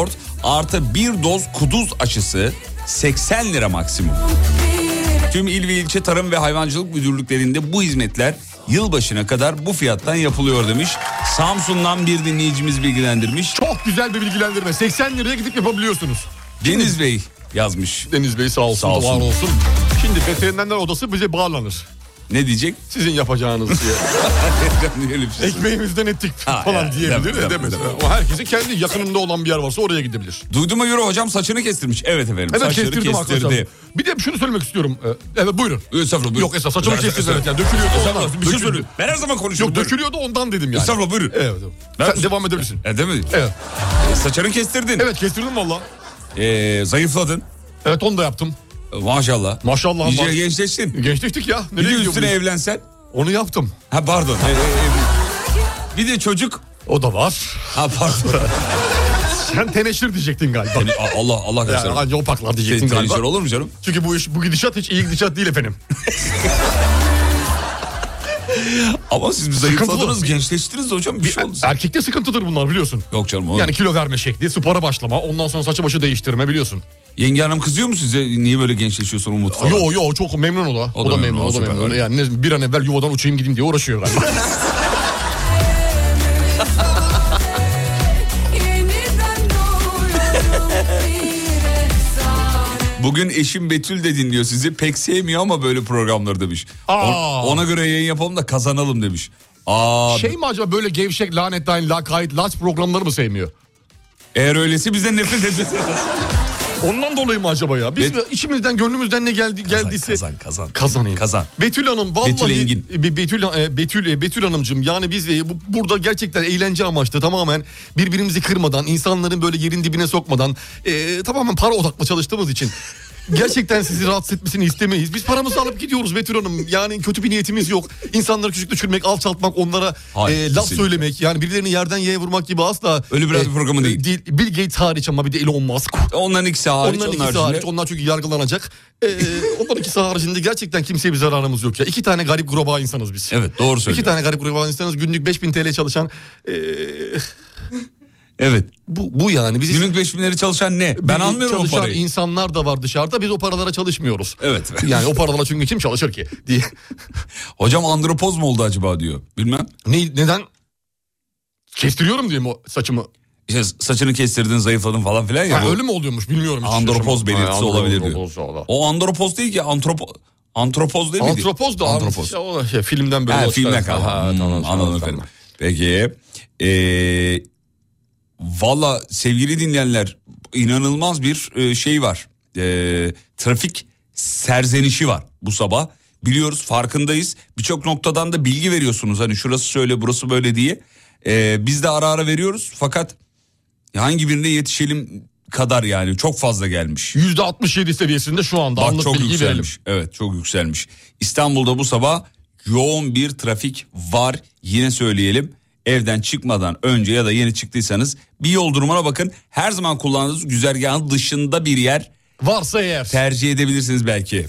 artı bir doz kuduz aşısı 80 lira maksimum. Tüm il ve ilçe tarım ve hayvancılık müdürlüklerinde bu hizmetler yılbaşına kadar bu fiyattan yapılıyor demiş. Samsun'dan bir dinleyicimiz bilgilendirmiş. Çok güzel bir bilgilendirme. 80 liraya gidip yapabiliyorsunuz. Deniz Bey yazmış. Deniz Bey sağ olsun. Var olsun. Şimdi veterinerler odası bize bağlanır. Ne diyecek? Sizin yapacağınız diye. Ekmeğimizden ettik falan diyebilir. Demez. O herkesin kendi yakınında olan bir yer varsa oraya gidebilir. Duyduğuma göre hocam saçını kestirmiş. Evet efendim. Evet, saçları kestirdim arkadaşlar. Bir de şunu söylemek istiyorum. Evet buyurun. Estağfurullah, buyurun. Yok saçımı kestirdim. Evet, yani dökülüyordu ondan. Bir şey söyleyeyim. Ben her zaman konuşuyorum. Yok dökülüyordu ondan dedim yani. Estağfurullah buyurun. Evet. Sen devam edebilirsin. Değil mi? Evet. Saçını kestirdin. Evet kestirdim valla. Zayıfladın. Evet onu da yaptım. Maşallah. Maşallah. İyice gençleştin. Gençleştik ya. Bir de üstüne evlensen. Onu yaptım. Ha pardon. Bir de çocuk. O da var. Ha pardon. Sen teneşir diyecektin galiba. Allah göstermesin. Yani anca opaklar diyecektin galiba. Teneşir olur mu canım? Çünkü bu gidişat hiç iyi gidişat değil efendim. Ama siz zayıfladınız, gençleştiniz hocam. Bir şey oldu. Erkekte sıkıntıdır bunlar biliyorsun. Yok canım. Olur. Yani kilo verme şekli, spora başlama, ondan sonra saçı başı değiştirme biliyorsun. Yenge hanım kızıyor mu size? Niye böyle gençleşiyorsun Umut falan? Yo çok memnun o da. O da memnun. Yani bir an evvel yuvadan uçayım gideyim diye uğraşıyor galiba. Bugün eşim Betül de dinliyor sizi. Pek sevmiyor ama böyle programları demiş. Ona göre yayın yapalım da kazanalım demiş. Şey mi acaba böyle gevşek, lanetleyin, lakayt, laç programları mı sevmiyor? Eğer öyleyse bizden nefret etmesi. Ondan dolayı mı acaba ya? Biz içimizden gönlümüzden ne geldiyse kazanayım. Kazan. Betül Hanım vallahi Betül Engin. Betül Hanımcığım yani biz burada gerçekten eğlence amaçlı tamamen birbirimizi kırmadan, insanların böyle yerin dibine sokmadan tamamen para odaklı çalıştığımız için gerçekten sizi rahatsız etmesini istemeyiz. Biz paramızı alıp gidiyoruz Betül Hanım. Yani kötü bir niyetimiz yok. İnsanları küçük düşürmek, alçaltmak, onlara laf söylemek. Yani birilerini yerden yere vurmak gibi asla. Öyle bir programı değil. Bill Gates hariç ama bir de Elon Musk. Onların ikisi hariç. Onlar çünkü yargılanacak. Onların ikisi haricinde gerçekten kimseye bir zararımız yok ya. 2 tane garip gruba insanız biz. Evet doğru söylüyorsun. 2 tane garip gruba insanız. Günlük 5000 TL çalışan... Evet. Bu yani. Günlük 5.000 lira çalışan ne? Ben anlamıyorum o parayı. Çalışan insanlar da var dışarıda. Biz o paralara çalışmıyoruz. Evet. Yani o paralara çünkü kim çalışır ki diye. Hocam andropoz mu oldu acaba diyor. Bilmem. Neden? Kestiriyorum diye mi o saçımı? İşte saçını kestirdin, zayıfladın falan filan ya. Öyle mi oluyormuş bilmiyorum. Andropoz belirtisi olabilir diyor. O andropoz değil ki antropoz değil miydi? Antropoz da. Antropoz. O filmden böyle. Filmden kaldı. Anladım efendim. Peki. Valla sevgili dinleyenler inanılmaz bir şey var. Trafik serzenişi var bu sabah. Biliyoruz, farkındayız. Birçok noktadan da bilgi veriyorsunuz. Hani şurası şöyle, burası böyle diye. Biz de ara ara veriyoruz. Fakat hangi birine yetişelim kadar yani çok fazla gelmiş. %67 seviyesinde şu anda. Bak çok yükselmiş. Evet çok yükselmiş. İstanbul'da bu sabah yoğun bir trafik var. Yine söyleyelim. Evden çıkmadan önce ya da yeni çıktıysanız bir yol durumuna bakın. Her zaman kullandığınız güzergahın dışında bir yer varsa eğer tercih edebilirsiniz belki.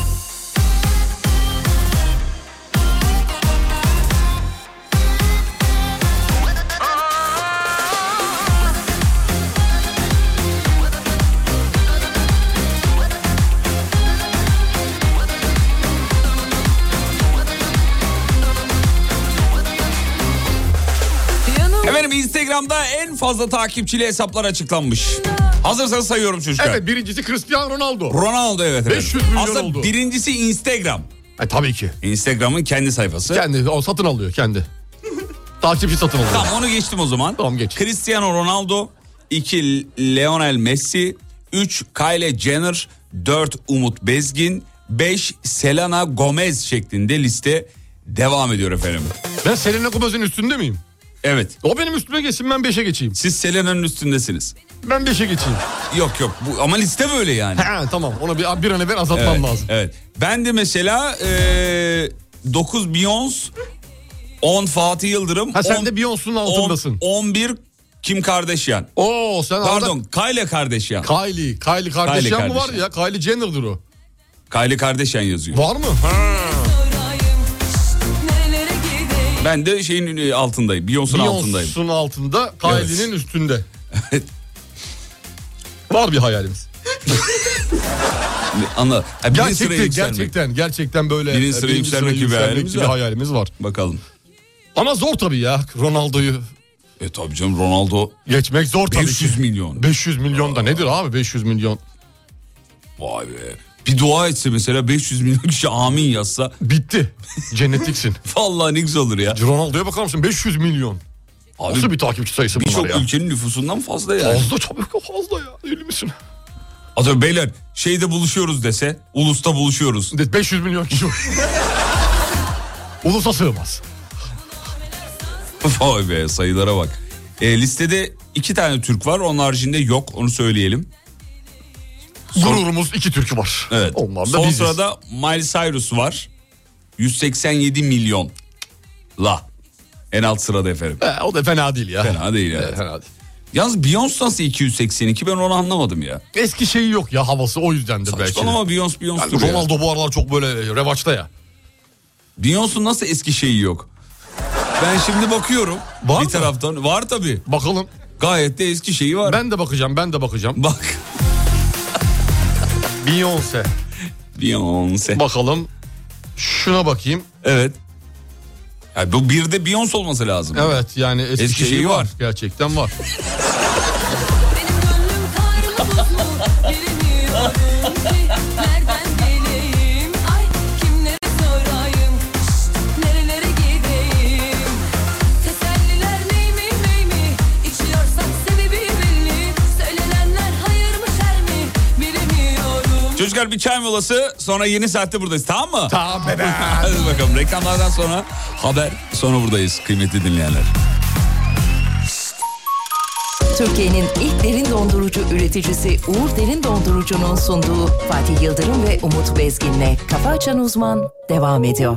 Instagram'da en fazla takipçili hesaplar açıklanmış. Hazırsanız sayıyorum çocuklar. Evet, birincisi Cristiano Ronaldo. Ronaldo evet. 500 milyon aslında oldu. Birincisi Instagram. Tabii ki. Instagram'ın kendi sayfası. Kendi, o satın alıyor kendi. Takipçi satın alıyor. Tamam onu geçtim o zaman. Tamam geç. Cristiano Ronaldo, 2 Lionel Messi, 3 Kylie Jenner, 4 Umut Bezgin, 5 Selena Gomez şeklinde liste devam ediyor efendim. Ben Selena Gomez'in üstünde miyim? Evet. O benim üstüme geçsin, ben 5'e geçeyim. Siz Selena'nın üstündesiniz. Ben 5'e geçeyim. Yok ama liste böyle yani. Tamam, onu bir an evvel azaltmam lazım. Evet. Ben de mesela 9 Beyoncé, 10 Fatih Yıldırım. Sen de Beyoncé'nun altındasın. 11 Kim Kardashian. Sen pardon, Kylie Kardashian. Kylie Kardashian mı var ya? Kylie Jenner'dır o. Kylie Kardashian yazıyor. Var mı? Ben de şeyin altındayım. Beyoncé'nun altındayım. Beyoncé'nun altında, Kylie'nin üstünde. Var bir hayalimiz. Anla. Gerçekten böyle birinci sıraya yükselmek gibi bir hayalimiz var. Bakalım. Ama zor tabii ya Ronaldo'yu. Tabii canım, Ronaldo geçmek zor tabii. 500 milyon. 500 milyon da nedir abi 500 milyon? Vay be. Bir dua etse mesela 500 milyon kişi amin yazsa. Bitti. Cennetliksin. Vallahi ne güzel olur ya. Ronaldo'ya bakar mısın 500 milyon. Abi, nasıl bir takipçi sayısı bunlar ya? Birçok ülkenin nüfusundan fazla yani. Fazla tabii fazla ya. Deli misin? Atıyorum beyler şeyde buluşuyoruz dese. Ulus'ta buluşuyoruz. 500 milyon kişi. Ulus'a sığmaz. Vay be, sayılara bak. Listede 2 tane Türk var. Onun haricinde yok, onu söyleyelim. Gururumuz 2 Türk var. Evet. Onlar da son biziz. sırada Miley Cyrus var. 187 milyon. En alt sırada efendim. O da fena değil ya. Fena değil yani. Fena değil. Yalnız Beyoncé nasıl 282, ben onu anlamadım ya. Eski şeyi yok ya, havası o yüzdendir belki. Saçmalama, Beyoncé yani Ronaldo bu aralar çok böyle revaçta ya. Beyoncé'nin nasıl eski şeyi yok? Ben şimdi bakıyorum. Var bir mı? taraftan. Var tabii. Bakalım. Gayet de eski şeyi var. Ben de bakacağım. Bak. Beyoncé. Bakalım. Şuna bakayım. Evet. Yani bu bir de Beyoncé olması lazım. Evet yani eski şeyi var. Gerçekten var. Çocuklar bir çay molası, sonra yeni saatte buradayız, tamam mı? Tamam bebe. Hadi bakalım, reklamlardan sonra haber, sonra buradayız kıymetli dinleyenler. Türkiye'nin ilk derin dondurucu üreticisi Uğur Derin Dondurucu'nun sunduğu Fatih Yıldırım ve Umut Bezgin'le Kafa Açan Uzman devam ediyor.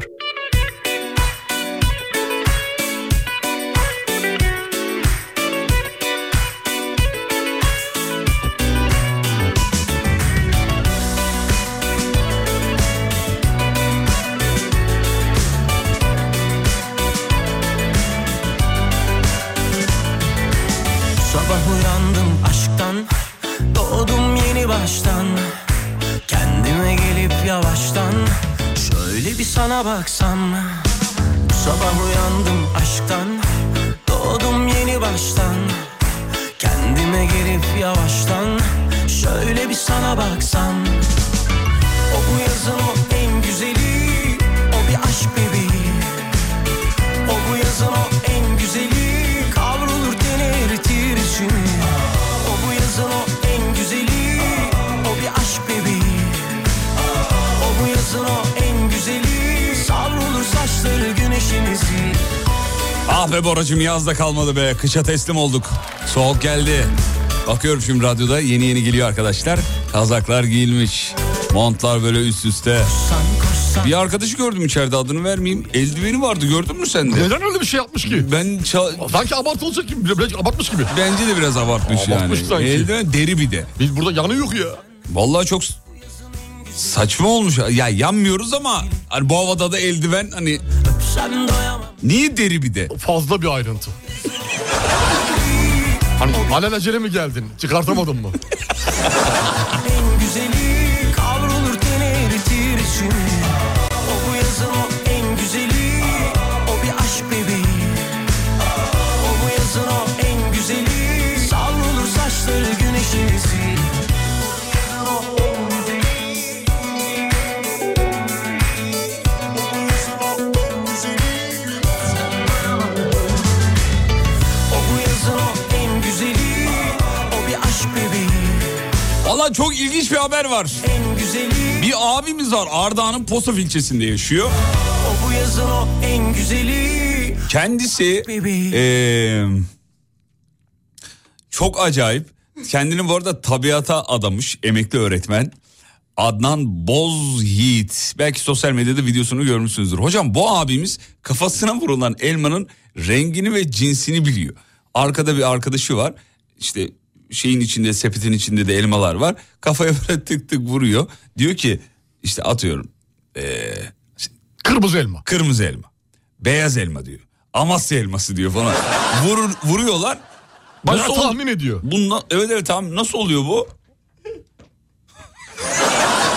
Uyandım aşktan, doğdum yeni baştan. Kendime gelip yavaştan şöyle bir sana baksam. Bu sabah uyandım aşktan, doğdum yeni baştan. Kendime gelip yavaştan şöyle bir sana baksam. O bu yazın o en güzeli, o bir aşk bebeği. O bu yazın o en güzeli, kavrulur deneritir içimi. O bu yazın o en güzeli, o bir aşk bebeği. O bu yazın o en güzeli, savrulur saçları güneşimizi. Ah be Boracığım, yazda kalmadı be, kışa teslim olduk. Soğuk geldi. Bakıyorum şimdi radyoda yeni geliyor arkadaşlar. Kazaklar giyilmiş, montlar böyle üst üste. Bir arkadaşı gördüm içeride, adını vermeyeyim. Eldiveni vardı, gördün mü sen de? Neden öyle bir şey yapmış ki? Sanki abartılacak gibi, biraz abartmış gibi. Bence de biraz abartmış yani. Sanki. Eldiven deri bir de. Biz burada yanı yok ya. Vallahi çok saçma olmuş. Ya yanmıyoruz ama hani bu havada da eldiven, hani niye deri bir de? Fazla bir ayrıntı. Hani alelacele mi geldin? Çıkartamadın mı? En güzeli, kavrulur deneritir içimi. O bu yazın o en güzeli, o bir aşk bebeği. O bu yazın o en güzeli, savrulur saçları güneşimizi. Valla çok ilginç bir haber var. Bir abimiz var, Ardahan'ın Posaf ilçesinde yaşıyor. O bu yazın o en güzeli. Kendisi çok acayip. Kendini bu arada tabiata adamış, emekli öğretmen. Adnan Bozyiğit. Belki sosyal medyada videosunu görmüşsünüzdür. Hocam bu abimiz kafasına vurulan elmanın rengini ve cinsini biliyor. Arkada bir arkadaşı var. İşte şeyin içinde, sepetin içinde de elmalar var. Kafaya böyle tık tık vuruyor. Diyor ki işte atıyorum. Kırmızı elma. Kırmızı elma. Beyaz elma diyor. Amasya elması diyor falan. Vuruyorlar. Bayağı tahmin ediyor. Evet tamam, nasıl oluyor bu?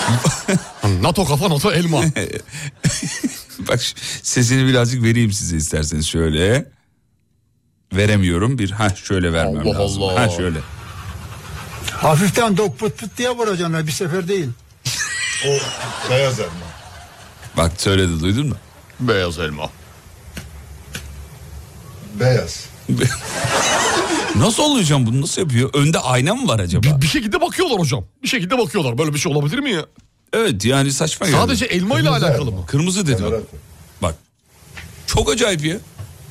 NATO kafa NATO elma. Bak sesini birazcık vereyim size isterseniz şöyle. Veremiyorum şöyle vermem Allah lazım. Allah. Şöyle. Hafiften dok pıt pıt diye vuracaksın bir sefer değil. O beyaz elma. Bak söyledi, duydun mu? Beyaz elma. Beyaz. Nasıl olacağım, bunu nasıl yapıyor? Önde ayna mı var acaba? Bir şekilde bakıyorlar hocam. Bir şekilde bakıyorlar. Böyle bir şey olabilir mi ya? Evet yani saçma geldi. Sadece elma ile alakalı mı? Kırmızı dedi bak. Bak. Çok acayip ya.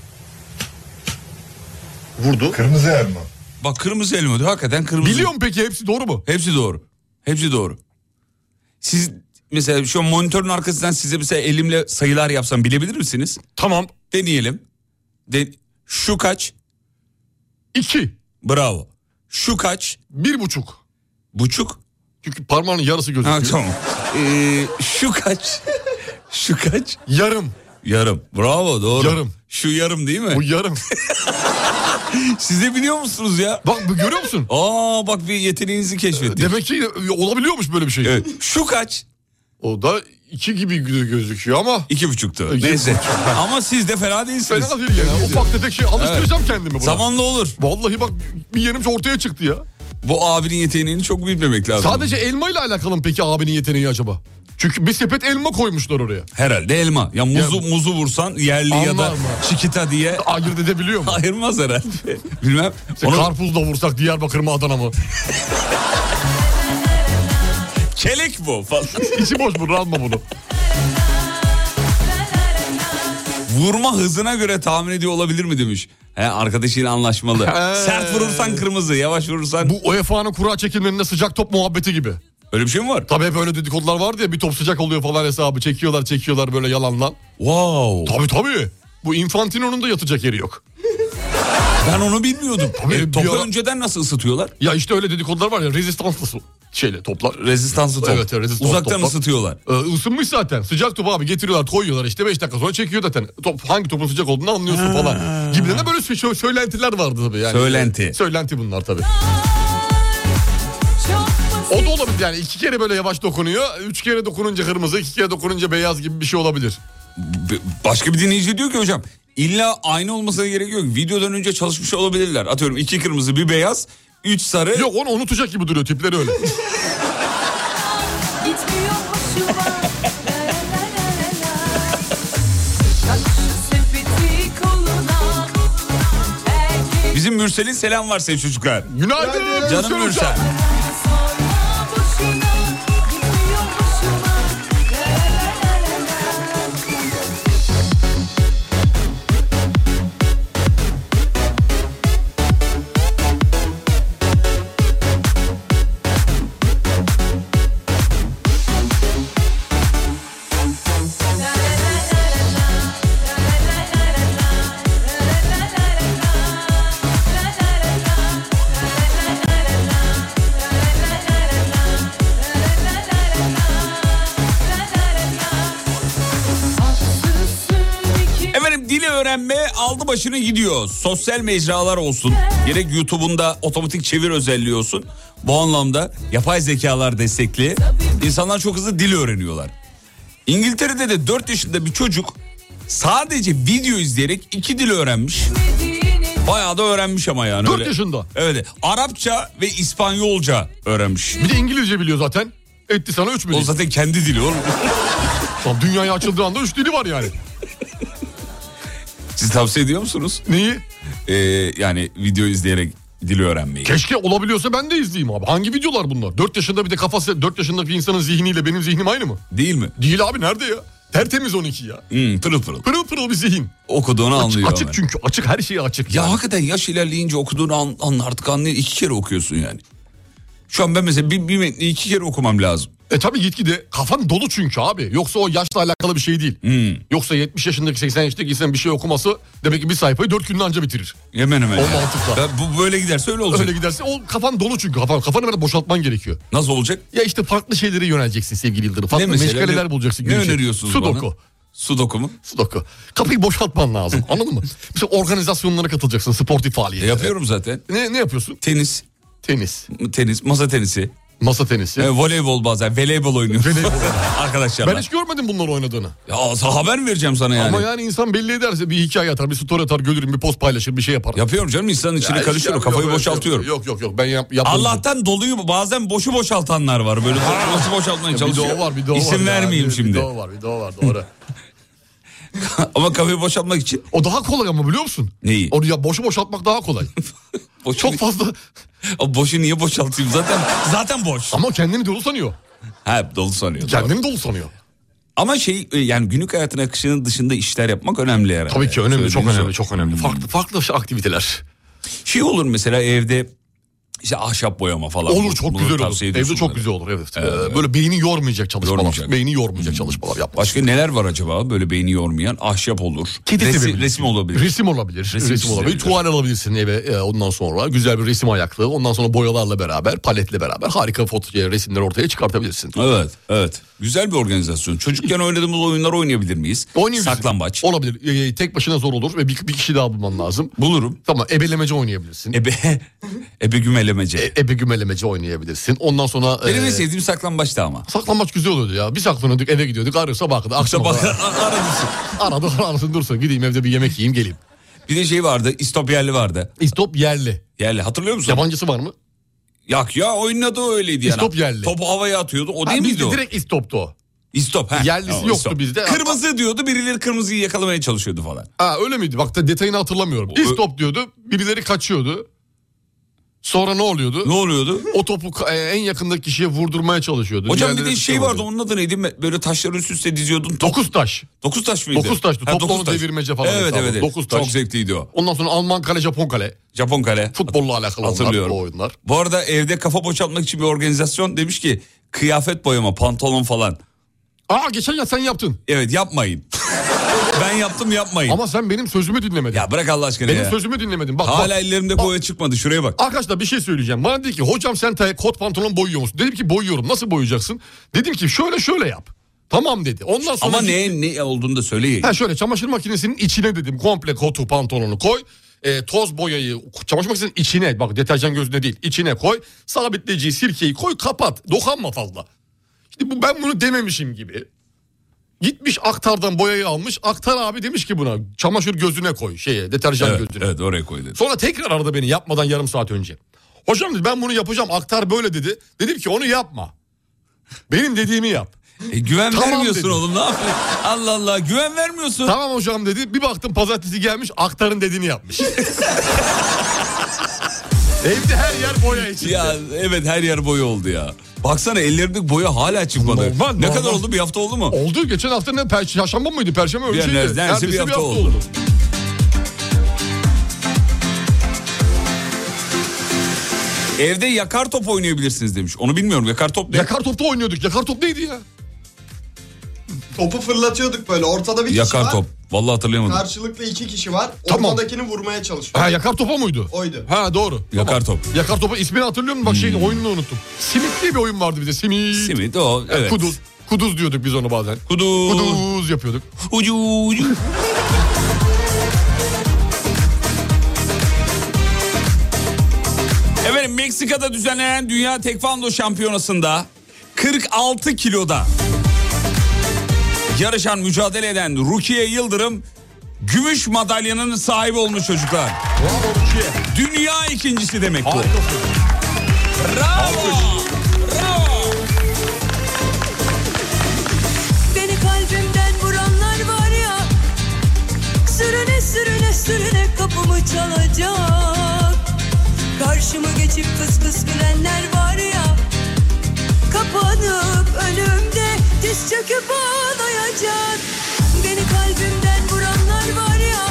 Vurdu. Kırmızı elma. Bak kırmızı elma diyor. Hakikaten kırmızı. Biliyorum peki hepsi doğru mu? Hepsi doğru. Hepsi doğru. Siz mesela şu monitörün arkasından size mesela elimle sayılar yapsam bilebilir misiniz? Tamam. Deneyelim. Şu kaç? 2. Bravo. Şu kaç? 1,5. Buçuk? Çünkü parmağının yarısı gözüküyor. Ha, tamam. Şu kaç? Şu kaç? Yarım. Yarım. Bravo, doğru. Yarım. Şu yarım değil mi? Bu yarım. Siz de biliyor musunuz ya? Bak görüyor musun? Bak bir yeteneğinizi keşfettik. Demek ki olabiliyormuş böyle bir şey. Evet. Şu kaç? O da 2 gibi gözüküyor ama. 2,5'tu. Neyse. Ama siz de fena değilsiniz. Fena değil yani. Ufak tefek şey alıştıracağım kendimi buna. Zamanla olur. Vallahi bak bir yerim ortaya çıktı ya. Bu abinin yeteneğini çok bilmemek lazım. Sadece elma ile alakalı mı peki abinin yeteneği acaba? Çünkü bir sepet elma koymuşlar oraya. Herhalde elma. Ya muzu vursan yerli ya da çikita diye. Ayırt edebiliyor mu? Ayırmaz herhalde. Bilmem. Karpuz da vursak Diyarbakır mı Adana mı? Kelek bu falan. İçi boş bu, alma bunu. Vurma hızına göre tahmin ediyor olabilir mi demiş. Arkadaşıyla anlaşmalı. Sert vurursan kırmızı, yavaş vurursan... Bu UEFA'nın kura çekimlerinde sıcak top muhabbeti gibi. Öyle bir şey mi var? Tabii hep öyle dedikodular vardı ya, bir top sıcak oluyor falan hesabı. Çekiyorlar böyle yalandan. Wow. Tabii. Bu Infantino'nun da yatacak yeri yok. Ben onu bilmiyordum. Topu ara... önceden nasıl ısıtıyorlar? Ya işte öyle dedikodular var ya, rezistanslı toplar. Rezistanslı top. Evet, uzaktan toplar. Isıtıyorlar. Isınmış zaten. Sıcak topu abi getiriyorlar, koyuyorlar işte 5 dakika sonra çekiyor zaten. Hangi topun sıcak olduğunu anlıyorsun falan. Gibilerine böyle söylentiler vardı tabii yani. Söylenti bunlar tabii. O da olabilir yani, 2 kere böyle yavaş dokunuyor. 3 kere dokununca kırmızı, 2 kere dokununca beyaz gibi bir şey olabilir. Başka bir dinleyici diyor ki hocam, illa aynı olmasına gerek yok. Videodan önce çalışmış olabilirler. Atıyorum 2 kırmızı, 1 beyaz, 3 sarı. Yok, onu unutacak gibi duruyor, tipleri öyle. Bizim Mürsel'in selam var size çocuklar. Günaydın. Canım Mürsel. Öğrenme aldı başını gidiyor. Sosyal mecralar olsun, gerek YouTube'unda otomatik çevir özelliği olsun. Bu anlamda yapay zekalar destekli. İnsanlar çok hızlı dil öğreniyorlar. İngiltere'de de 4 yaşında bir çocuk sadece video izleyerek 2 dil öğrenmiş. Bayağı da öğrenmiş ama yani. 4 yaşında. Evet. Arapça ve İspanyolca öğrenmiş. Bir de İngilizce biliyor zaten. Etti sana 3 milyon. O zaten kendi dili oğlum. Dünyaya açıldığı anda 3 dili var yani. Siz tavsiye ediyor musunuz? Neyi? Yani video izleyerek dili öğrenmeyi. Keşke olabiliyorsa ben de izleyeyim abi. Hangi videolar bunlar? 4 yaşında bir de kafası, 4 yaşındaki insanın zihniyle benim zihnim aynı mı? Değil mi? Değil abi, nerede ya? Tertemiz 12 ya. Pırıl pırıl. Pırıl pırıl bir zihin. Okuduğunu anlıyor. Açık çünkü, açık, her şey açık. Ya yani. Hakikaten yaş ilerleyince okuduğunu artık anlıyor. 2 kere okuyorsun yani. Şu an ben mesela bir metni 2 kere okumam lazım. Tabii gitgide kafan dolu çünkü abi. Yoksa o yaşla alakalı bir şey değil. Yoksa 70 yaşındaki 80 yaşındaki insan bir şey okuması demek ki bir sayfayı 4 günde anca bitirir. Hemen. O mantıkla. Bu böyle giderse öyle olacak. Öyle giderse o kafan dolu çünkü. Kafanı böyle boşaltman gerekiyor. Nasıl olacak? Ya işte farklı şeylere yöneleceksin sevgili Yıldırım. Farklı meşgaleler bulacaksın. Ne öneriyorsunuz Sudoku. bana? Sudoku mu? Sudoku. Kafayı boşaltman lazım, anladın mı? Mesela organizasyonlara katılacaksın, sportif faaliyete. Yapıyorum zaten. Ne yapıyorsun? Tenis, Tenis, masa tenisi. Masa tenisi. Voleybol bazen. Voleybol oynuyoruz. Arkadaşlarla. Ben hiç görmedim bunları oynadığını. Ya haber vereceğim sana yani. Ama yani insan belli ederse bir hikaye atar, bir story atar, görürüm, bir post paylaşır, bir şey yapar. Yapıyorum canım, insanın içine karışıyorum, kafayı boşaltıyorum. Yok ben yapmadım. Allah'tan doluyu bazen boşu boşaltanlar var. Böyle boşu boşaltmaya çalışıyor. Bir de o var. İsim vermeyeyim şimdi. Bir de o var doğru. Ama kafayı boşaltmak için. O daha kolay ama biliyor musun? Neyi? Onu ya boşu boşaltmak daha kolay. Çok fazla. O boşu niye boşaltayım? Zaten boş. Ama kendini dolu sanıyor. Dolu sanıyor. Kendini dolu sanıyor. Ama yani günlük hayatın akışının dışında işler yapmak önemli herhalde. Tabii ki önemli, çok önemli. Farklı aktiviteler. Olur mesela evde işte ahşap boyama falan. Olur, çok güzel olur. Evde çok güzel olur, evet. Böyle beyni yormayacak çalışmalar. Beyni yormayacak çalışmalar yapmak. Başka neler var acaba böyle beyni yormayan? Ahşap olur. Resim olabilir. Resim olabilir. Tuval alabilirsin eve ondan sonra. Güzel bir resim ayaklığı. Ondan sonra boyalarla beraber, paletle beraber harika resimler ortaya çıkartabilirsin. Evet. Güzel bir organizasyon. Çocukken oynadığımız oyunlar oynayabilir miyiz? Saklambaç. Olabilir. Tek başına zor olur ve bir kişi daha bulman lazım. Bulurum. Tamam, ebelemece oynayabilirsin. Ebegemelemece. Ebegemelemece oynayabilirsin. Ondan sonra... Benim en sevdiğim saklambaçtı ama. Saklambaç güzel oluyordu ya. Bir saklanıyorduk, eve gidiyorduk. Arıyor sabah kadar. Akşama kadar. Aradı dursun. Gideyim evde bir yemek yiyeyim geleyim. Bir de şey vardı. İstop yerli vardı. İstop yerli. Yerli, hatırlıyor musun? Yabancısı var mı? Yok ya, oyunun adı öyleydi yani. İstop yerli. Topu havaya atıyordu. O değil miydi o? Direkt istoptu o. İstop. Yerlisi yoktu bizde. Kırmızı diyordu, birileri kırmızıyı yakalamaya çalışıyordu falan. Öyle miydi? Bak da detayını hatırlamıyorum. İstop diyordu, birileri kaçıyordu. Sonra ne oluyordu? O topu en yakındaki kişiye vurdurmaya çalışıyordu. Hocam bir de şey vardı, onun adı neydi? Böyle taşları üst üste diziyordun. 9 taş. 9 taş mıydı? 9 taştı. Toplamı devirmece falan. Evet. 9 taş. Çok zevkliydi o. Ondan sonra Alman kale, Japon kale. Futbolla alakalı hatırlıyorum. oyunlar. Bu arada evde kafa boşaltmak için bir organizasyon demiş ki kıyafet boyama, pantolon falan. Geçen ya sen yaptın. Evet, yapmayın. Ben yaptım, yapmayın. Ama sen benim sözümü dinlemedin. Ya bırak Allah aşkına benim sözümü dinlemedin. Hala ellerimde boya çıkmadı, şuraya bak. Arkadaşlar bir şey söyleyeceğim. Bana dedi ki hocam sen kot pantolon boyuyor musun? Dedim ki boyuyorum. Nasıl boyayacaksın? Dedim ki şöyle yap. Tamam dedi. Ondan sonra ama ne olduğunu da söyleyin. Şöyle çamaşır makinesinin içine dedim komple kotu pantolonu koy. Toz boyayı çamaşır makinesinin içine, bak deterjan gözüne değil, içine koy. Sabitleyiciyi, sirkeyi koy, kapat. Dokunma fazla. Şimdi ben bunu dememişim gibi. Gitmiş aktardan boyayı almış. Aktar abi demiş ki buna çamaşır gözüne koy, deterjan gözüne. Evet, oraya koy dedi. Sonra tekrar aradı beni yapmadan yarım saat önce. Hocam dedi ben bunu yapacağım, aktar böyle dedi. Dedim ki onu yapma. Benim dediğimi yap. Güven tamam vermiyorsun dedi. Oğlum, ne yapıyorsun? Allah Allah, güven vermiyorsun. Tamam hocam dedi. Bir baktım pazartesi gelmiş, aktarın dediğini yapmış. Evde her yer boya içinde. Ya evet, her yer boya oldu ya. Baksana ellerindeki boya hala çıkmadı. Ne kadar oldu? Bir hafta oldu mu? Oldu. Geçen hafta ne? Çarşamba mıydı? Perşembe öyle şeydi. Neredeyse bir hafta oldu. Evde yakar top oynayabilirsiniz demiş. Onu bilmiyorum. Yakar top ne? Yakar topta oynuyorduk. Yakar top neydi ya? Topu fırlatıyorduk böyle. Ortada bir kişi var. Yakar top. Vallahi hatırlayamadım. Karşılıklı 2 kişi var. Tamam. Ortadakini vurmaya çalışıyor. Yakar topa muydu? Oydu. Doğru. Yakar top. Yakar topa ismini hatırlıyor musun? Bak oyununu unuttum. Simit diye bir oyun vardı bize. Simit o. Evet. Kuduz diyorduk biz onu bazen. Kuduz yapıyorduk. Ucu. Efendim, Meksika'da düzenlenen Dünya Tekvando Şampiyonası'nda 46 kiloda yarışan, mücadele eden Rukiye Yıldırım gümüş madalyanın sahibi olmuş çocuklar. Bravo Rukiye. Dünya ikincisi demek bu. Bravo. Beni kalbimden vuranlar var ya, sürüne kapımı çalacak. Karşıma geçip fıs gülenler var ya, kapanıp önümde diz çöküp ağlayacak. Beni kalbimden vuranlar var ya,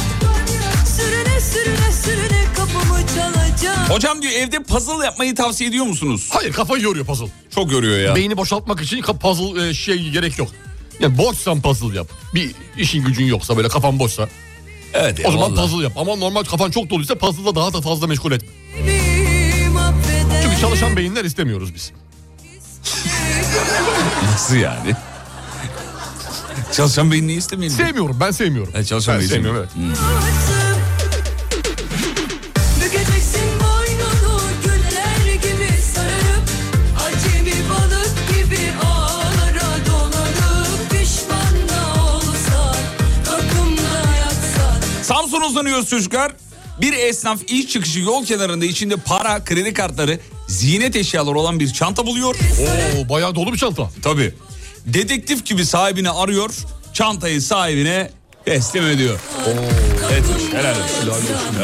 sürüne kapımı çalacak. Hocam diyor, evde puzzle yapmayı tavsiye ediyor musunuz? Hayır, kafayı yoruyor puzzle. Çok yoruyor ya. Beyni boşaltmak için puzzle gerek yok. Yani boşsan puzzle yap. Bir işin gücün yoksa, böyle kafan boşsa. Evet. O zaman vallahi puzzle yap. Ama normal kafan çok doluysa puzzle'da daha da fazla meşgul etme. Çünkü çalışan beyinler istemiyoruz biz. Nasıl yani? Çalışan beyni niye istemeyelim? Sevmiyorum, ben sevmiyorum. Çalışan beyni sevmiyorum, evet. uzanıyoruz çocuklar. Bir esnaf iş çıkışı yol kenarında içinde para, kredi kartları, ziynet eşyaları olan bir çanta buluyor. Oo, bayağı dolu bir çanta. Tabii. Dedektif gibi sahibini arıyor. Çantayı sahibine teslim ediyor. Etmiş. Helal olsun.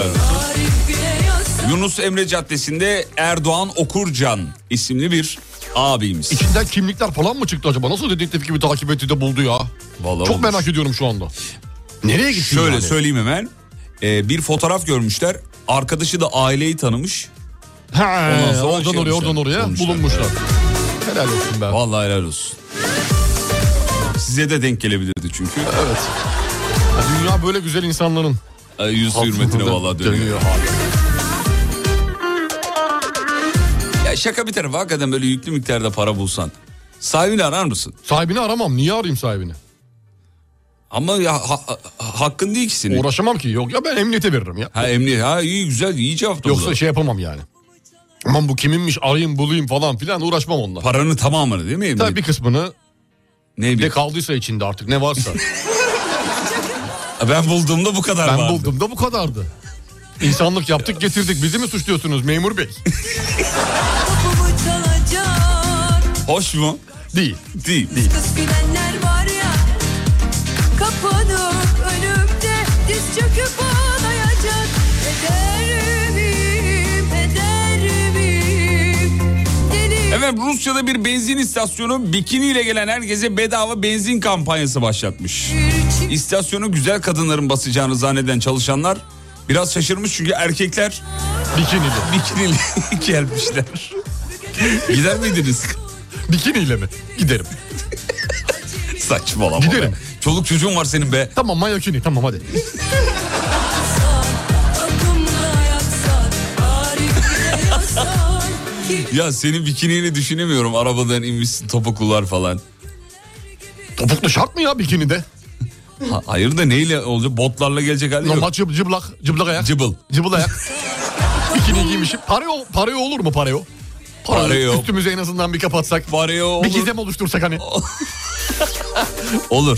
Yunus Emre Caddesi'nde Erdoğan Okurcan isimli bir abimiz. İçinden kimlikler falan mı çıktı acaba? Nasıl dedektif gibi takip etti de buldu ya? Vallahi çok olmuş. merak ediyorum şu anda. Nereye gitti? Şöyle söyleyeyim hemen. Bir fotoğraf görmüşler. Arkadaşı da aileyi tanımış. Oradan oraya bulunmuşlar. Helal olsun be. Vallahi helal olsun. Size de denk gelebilirdi çünkü. Evet. Dünya böyle güzel insanların. Yüz hürmetine vallahi dönüyor. Ya şaka bir tarafa, hakikaten böyle yüklü miktarda para bulsan sahibini arar mısın? Sahibini aramam. Niye arayayım sahibini? Ama ya hakkın değil ki senin. Uğraşamam ki. Yok ya, ben emniyete veririm ya. Ha emniyet. Ha iyi, güzel, iyi cevap da. Yoksa şey yapamam yani. Aman bu kiminmiş, arayayım bulayım falan filan, uğraşmam onunla. Paranın tamamını değil mi emniyet? Tabii bir kısmını. Ne kaldıysa içinde artık, ne varsa. Ben bulduğumda bu kadar vardı. Ben bulduğumda bu kadardı. İnsanlık yaptık getirdik. Bizi mi suçluyorsunuz memur bey? Hoş mu? Değil. Kız gülenler var ya, kapanıp önümde diz çöküp ağlayacak. Eder miyim? Efendim, Rusya'da bir benzin istasyonu bikiniyle gelen herkese bedava benzin kampanyası başlatmış. İstasyonu güzel kadınların basacağını zanneden çalışanlar biraz şaşırmış, çünkü erkekler bikinili gelmişler. Gider miydiniz? Bikiniyle mi? Giderim. Saçmalama. Giderim. Be. Çoluk çocuğun var senin be. Tamam, mayokini, tamam hadi. Ya senin bikiniyle düşünemiyorum, arabadan inmişsin, topuklular falan. Topuklu şart mı ya bikinide? Hayır da neyle olacak? Botlarla gelecek hali yok. Normal cıblak ayak. Cıbıl ayak. Bikini giymişim. Pareo olur mu pareo? Pareo. Üstümüzü en azından bir kapatsak. Pareo olur. Bir gizem oluştursak hani. Olur.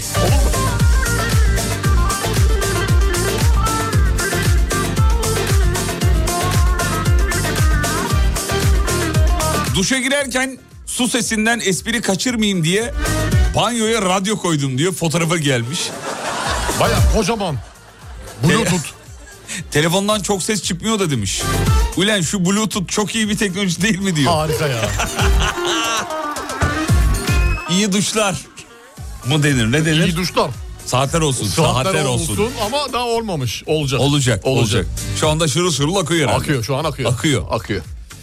Duşa girerken su sesinden espri kaçırmayayım diye banyoya radyo koydum diyor, fotoğrafa gelmiş. Bayağı kocaman. Bluetooth. Telefondan çok ses çıkmıyor da demiş. Ulan şu Bluetooth çok iyi bir teknoloji değil mi diyor. Harika ya. İyi duşlar mı denir, ne denir? İyi duşlar. Saatler olsun. Saatler olsun. Ama daha olmamış. Olacak. Olacak. Şu anda şırıl şırıl akıyor herhalde. Akıyor, şu an akıyor. Akıyor.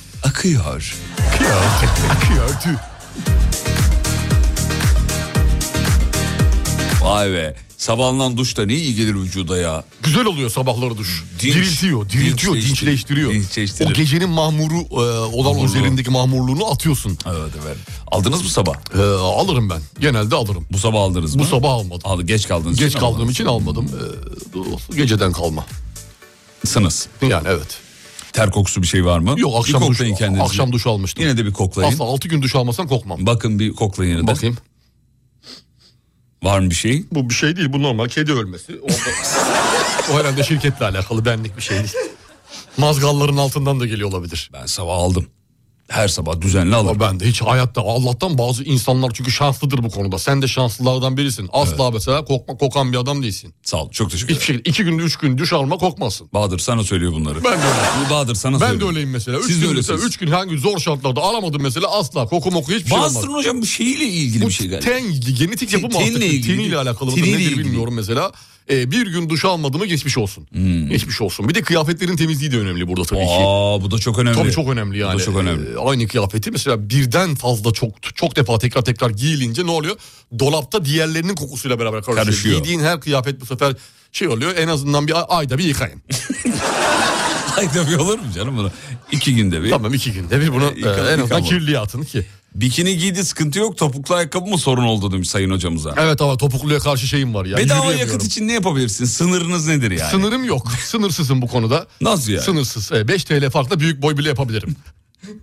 Vay be. Sabahından duş da ne iyi gelir vücuda ya. Güzel oluyor sabahları duş. Diriltiyor, dinçleştiriyor. O gecenin mahmuru olan o üzerindeki mahmurluğunu atıyorsun. Evet. Aldınız mı sabah? Alırım ben. Genelde alırım. Bu sabah aldınız mı? Bu sabah almadım. Geç kaldınız. Geç kaldığım için almadım. Geceden kalma. Sınız. Yani evet. Ter kokusu bir şey var mı? Yok, akşam duş almıştım. Yine de bir koklayın. Asla 6 gün duş almasam kokmam. Bakın bir koklayın yine de. Bakayım. Var mı bir şey? Bu bir şey değil, bu normal kedi ölmesi. O herhalde şirketle alakalı, benlik bir şey değil. Mazgalların altından da geliyor olabilir. Ben sabah aldım. Her sabah düzenli alırım. Ben de hiç hayatta, Allah'tan bazı insanlar çünkü şanslıdır bu konuda. Sen de şanslılardan birisin. Asla mesela kokan bir adam değilsin. Sağ ol, çok teşekkür ederim. Hiçbir şekilde 2 günde 3 gün duş alma, kokmazsın. Bahadır sana söylüyor bunları. Ben de öyle. Bahadır sana söylüyor. Ben de öyleyim mesela. Siz de öylesiniz. 3 gün hangi zor şartlarda alamadım mesela, asla koku hiçbir şey olmaz. Bastırın hocam, bu şeyle ilgili bir şey galiba. Genetik yapı mı artık? Teniyle alakalı mıdır nedir bilmiyorum mesela. Bir gün duş almadı mı geçmiş olsun. Geçmiş olsun. Bir de kıyafetlerin temizliği de önemli burada tabii ki. Bu da çok önemli. Tabii çok önemli yani. Bu da çok önemli. Aynı kıyafeti mesela birden fazla çok defa tekrar giyilince ne oluyor? Dolapta diğerlerinin kokusuyla beraber karışıyor. Giydiğin her kıyafet bu sefer şey oluyor, en azından bir ayda bir yıkayın. Ayda bir olur mu canım bunu? 2 günde bir. Tamam, 2 günde bir bunu en azından kirliye atın ki. Bikini giydi, sıkıntı yok, topuklu ayakkabı mı sorun oldu demiş sayın hocamıza. Evet ama topukluya karşı şeyim var ya. Bedava yakıt için ne yapabilirsin? Sınırınız nedir yani? Sınırım yok. Sınırsızım bu konuda. Nasıl ya? Sınırsız. 5 TL farkla büyük boy bile yapabilirim.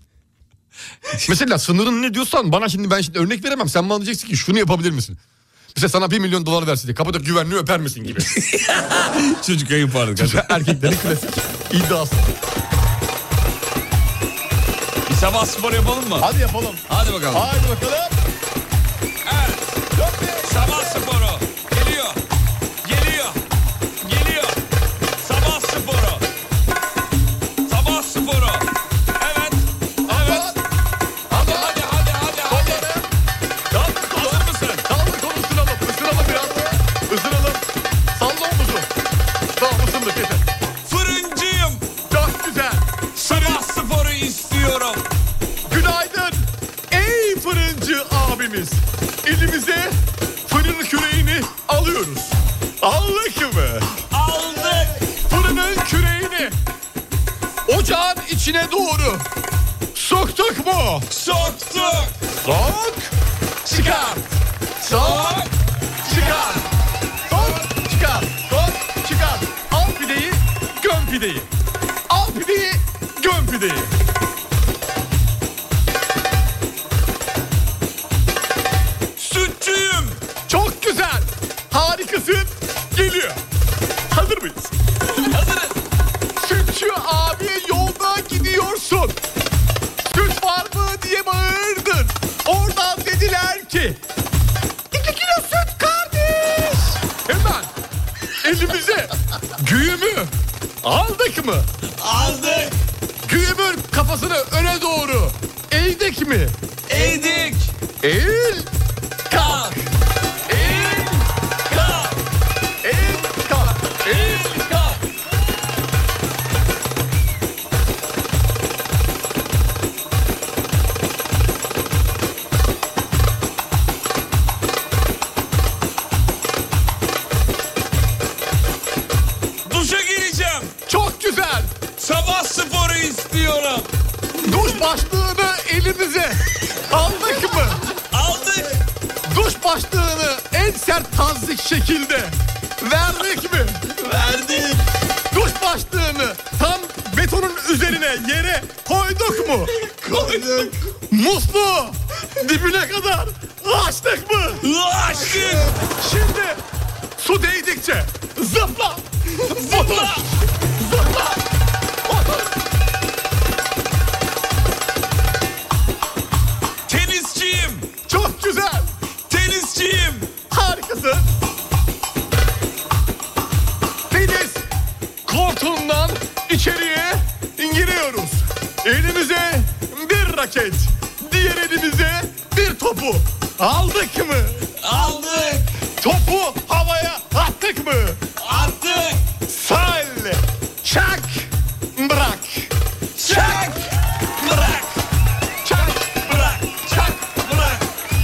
Mesela sınırın ne diyorsan bana, şimdi ben örnek veremem. Sen bana diyeceksin ki şunu yapabilir misin? Mesela sana 1 milyon dolar versin diye kapıda güvenliği öper misin gibi. Çocuk ayıp vardı. Erkeklerin klasik iddiası. Bir sabah spor yapalım mı? Hadi yapalım. Hadi bakalım. Hadi bakalım. Evet. Sabah sporu. Geliyor. Geliyor. Geliyor. Sabah sporu. Sabah sporu. Evet. Evet. Hadi. Hazır mısın? Kaldır kolu ısıralım. Isıralım biraz. Isıralım. Salla omuzu. Tamam ısındık yeter. Fırıncıyım. Çok güzel. Sabah sporu istiyorum. Günaydın. Ey fırıncı abimiz. Elimize fırın küreğini alıyoruz. Aldık mı? Aldık. Fırının küreğini ocağın içine doğru soktuk mu? Soktuk. Sok. Çıkar. Sok. Çıkar. Sok. Çıkar. Sok. Çıkar. Al pideyi, göm pideyi. Al pideyi, göm pideyi. Sütçüyüm. Çok güzel. Harikasın. Geliyor. Hazır mıyız? Hazırız. Sütçü abiye yolda gidiyorsun. Süt var mı diye bağırdın. Oradan dediler ki 2 kilo süt kardeş. Hemen elimize güğümü aldık mı? Aldık. Güğümün kafasını öne doğru eğdik mi? Eğdik. Eğil. Kalk. Eğil. Kalk. Eğil. Kalk. Eğil. Kalk. Duşa gireceğim. Çok güzel. Sabah sporu istiyorum. Duş başlığını elimize aldık mı? Aldık. Duş başlığını en sert tazik şekilde verdik mi? Verdik. Duş başlığını tam betonun üzerine yere koyduk mu? Koyduk. Musluğu dibine kadar açtık mı? Açtık. Şimdi su değdikçe zıpla. Zıpla. Zıpla. Otur. Tenisçiyim. Çok güzel. Tenisçiyim. Harikasın. Tenis kortundan içeriye giriyoruz. Elimize bir raket, diğer elimize bir topu. Aldık mı? Aldık. Topu havaya attık mı? Attık. Sal, çak, bırak. Çak. Bırak. Çak, Bırak. çak. Bırak.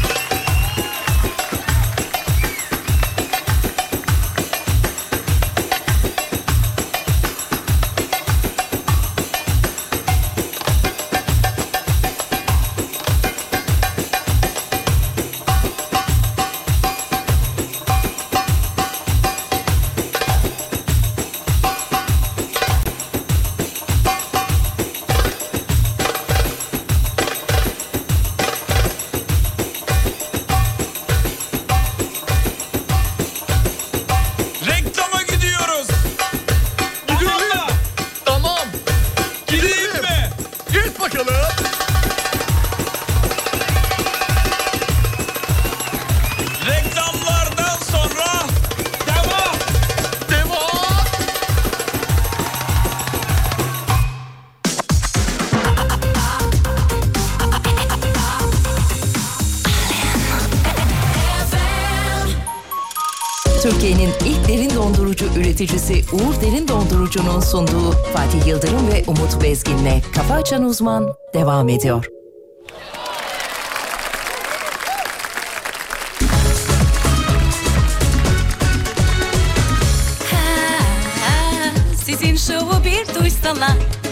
Reklama gidiyoruz. Gidelim. Tamam. Gideyim mi? Git bakalım. Reklamlardan sonra devam. Devam. Türkiye'nin ilk derin dondurucu üreticisi Uğur Derin Dondurucu'nun sunduğu Fatih Yıldırım ve Umut Bezgin'le Kafa Açan Uzman devam ediyor. Sizin şovu bir duysalar,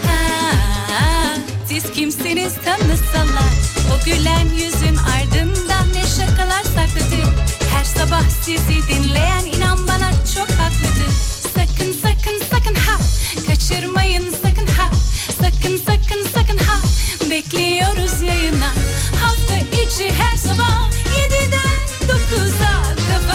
siz kimsiniz tanısalar. O gülen yüzün ardından ne şakalar sakladı. Her sabah sizi dinleyen inan bana çok haklıdır. Sakın sakın sakın ha, kaçırmayın sakın ha. Sakın sakın sakın ha, bekliyoruz yayına. Hafta içi her sabah 7'den 9'a Kafa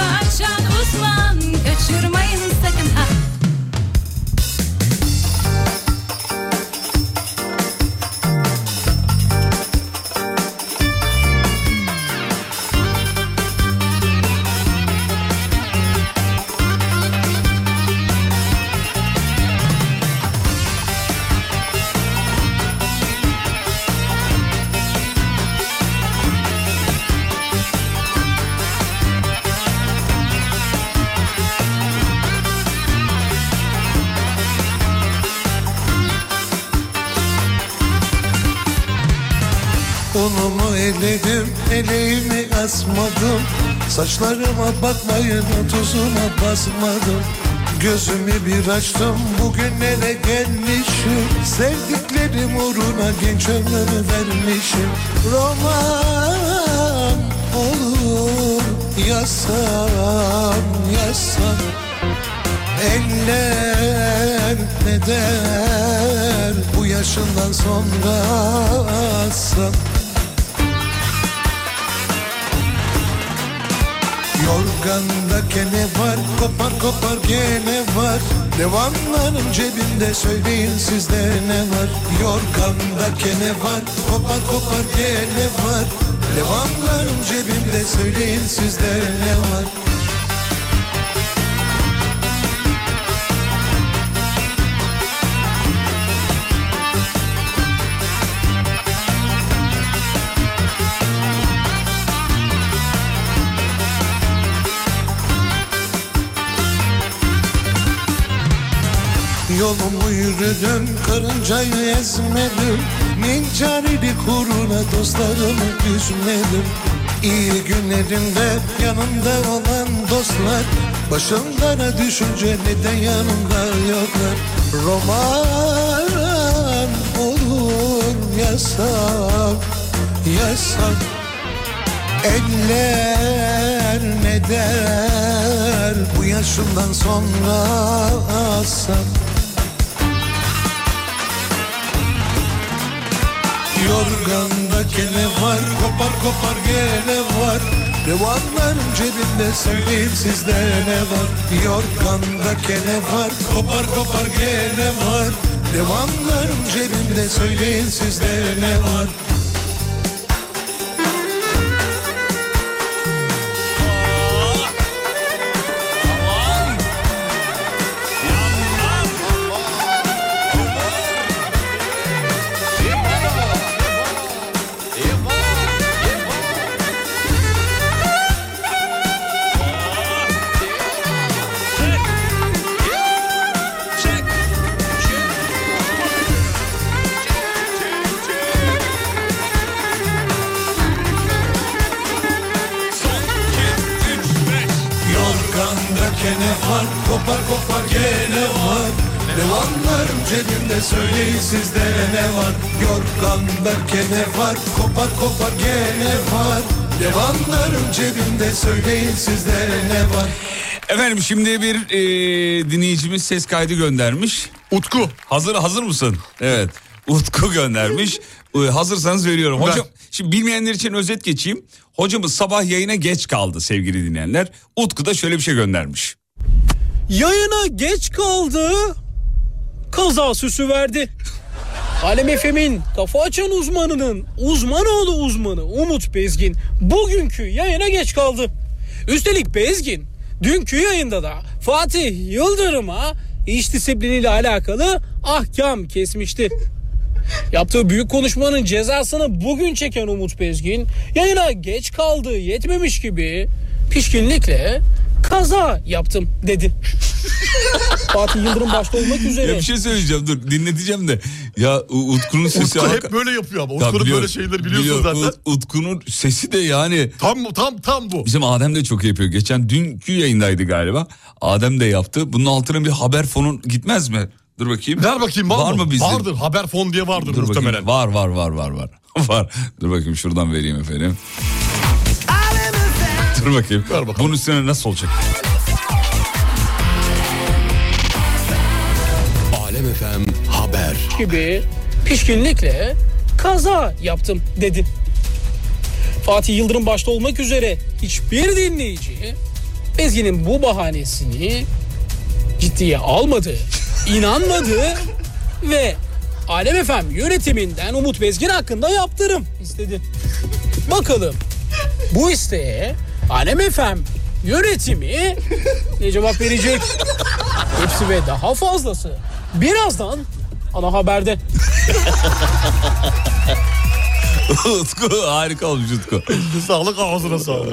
Unumu eledim, eleğimi asmadım. Saçlarıma bakmayın, tuzuma basmadım. Gözümü bir açtım, bugünlere gelmişim. Sevdiklerim uğruna genç ömrümü vermişim. Roman olur yazsam, yazsam. Eller ne der bu yaşından sonra assam. Yorganda kene var, kopar kopar gene var. Devanlarım cebimde, söyleyin sizde ne var. Yorganda kene var, kopar kopar gene var. Devanlarım cebimde, söyleyin sizde ne var. Yolumu yürüdüm, karıncayı ezmedim. Nincarili kuruna dostlarımı üzmedim. İyi günlerimde yanımda olan dostlar, başımdana düşünce neden yanımda yoklar. Roman olur yazsam, yazsam. Eller ne der bu yaşımdan sonra assam. Yorganda kene var, kopar kopar gene var. Revanlarım cebimde, söyleyin sizde ne var. Yorganda kene var, kopar kopar gene var. Revanlarım cebimde, söyleyin sizde ne var. Kopar kopar gene var. Revanlarım cebimde, söyleyin sizde ne var. Yorganda kene var, kopar kopar gene var. Revanlarım cebimde, söyleyin sizde ne var. Efendim şimdi bir dinleyicimiz ses kaydı göndermiş. Utku. Hazır mısın? Evet. Utku göndermiş. Hazırsanız veriyorum. Hocam şimdi bilmeyenler için özet geçeyim. Hocamız sabah yayına geç kaldı sevgili dinleyenler. Utku da şöyle bir şey göndermiş. Yayına geç kaldı, kaza süsü verdi. Alem FM'in kafa açan uzmanının uzmanoğlu uzmanı Umut Bezgin bugünkü yayına geç kaldı. Üstelik Bezgin dünkü yayında da Fatih Yıldırım'a iş disipliniyle alakalı ahkam kesmişti. Yaptığı büyük konuşmanın cezasını bugün çeken Umut Bezgin yayına geç kaldığı yetmemiş gibi pişkinlikle kaza yaptım dedi. Fatih Yıldırım başta olmak üzere. Ya bir şey söyleyeceğim, dur dinleteceğim de. Ya Utku'nun sesi... Utku hep böyle yapıyor ama. Utku'nun böyle şeyleri biliyorsun zaten. Utku'nun sesi de yani... Tam bu. Bizim Adem de çok yapıyor. Geçen dünkü yayındaydı galiba. Adem de yaptı. Bunun altına bir haber fonu gitmez mi? Dur bakayım. Ver bakayım var mı bizim? Vardır, haber fon diye vardır dur muhtemelen. Bakayım. Var. Var. Dur bakayım şuradan vereyim efendim. Dur bakayım. Bunun üstüne nasıl olacak? Alem FM haber gibi pişkinlikle kaza yaptım dedi. Fatih Yıldırım başta olmak üzere hiçbir dinleyici Bezgin'in bu bahanesini ciddiye almadı, inanmadı ve Alem FM yönetiminden Umut Bezgin hakkında yaptırım istedi. Bakalım bu isteğe Alem FM yönetimi ne cevap verecek? Hepsi ve daha fazlası birazdan ana haberde. Utku harika olmuş Utku. Sağlık, ağzına sağlık.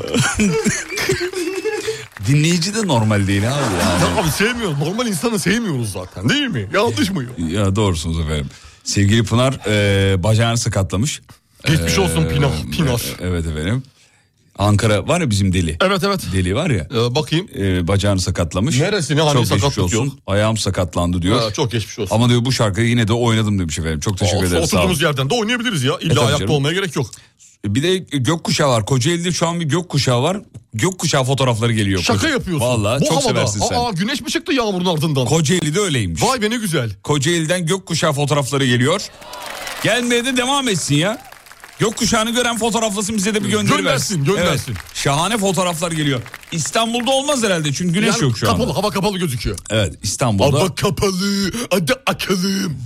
Dinleyici de normal değil abi. Yani. Ya abi sevmiyoruz. Normal insanı sevmiyoruz zaten değil mi? Yanlış mıyım? Ya doğrusunuz efendim. Sevgili Pınar bacağını sakatlamış. Geçmiş olsun Pinar. Evet efendim. Ankara var ya bizim Deli. Evet. Deli var ya. Bakayım. Bacağını sakatlamış. Neresini? Hani çok geçmiş sakatlık olsun. yok. Ayağım sakatlandı diyor. Çok geçmiş olsun. Ama diyor bu şarkıyı yine de oynadım demiş efendim. Çok teşekkür ederiz. Oturduğumuz yerden de oynayabiliriz ya. İlla ayakta canım. olmaya gerek yok. Bir de gökkuşağı var. Kocaeli'de şu an bir gökkuşağı var. Gökkuşağı fotoğrafları geliyor. Şaka yapıyorsun. Vallahi çok havada. seversin sen. Güneş mi çıktı yağmurun ardından? Kocaeli'de öyleymiş. Vay be ne güzel. Kocaeli'den gökkuşağı fotoğrafları geliyor. Gelmeye de devam etsin ya. Gökkuşağını gören fotoğraflasın, bize de bir gönderiversin. Göndersin. Evet, şahane fotoğraflar geliyor. İstanbul'da olmaz herhalde çünkü güneş Yani yok şu anda. Hava kapalı gözüküyor. Evet, İstanbul'da. Hava kapalı, hadi akalım.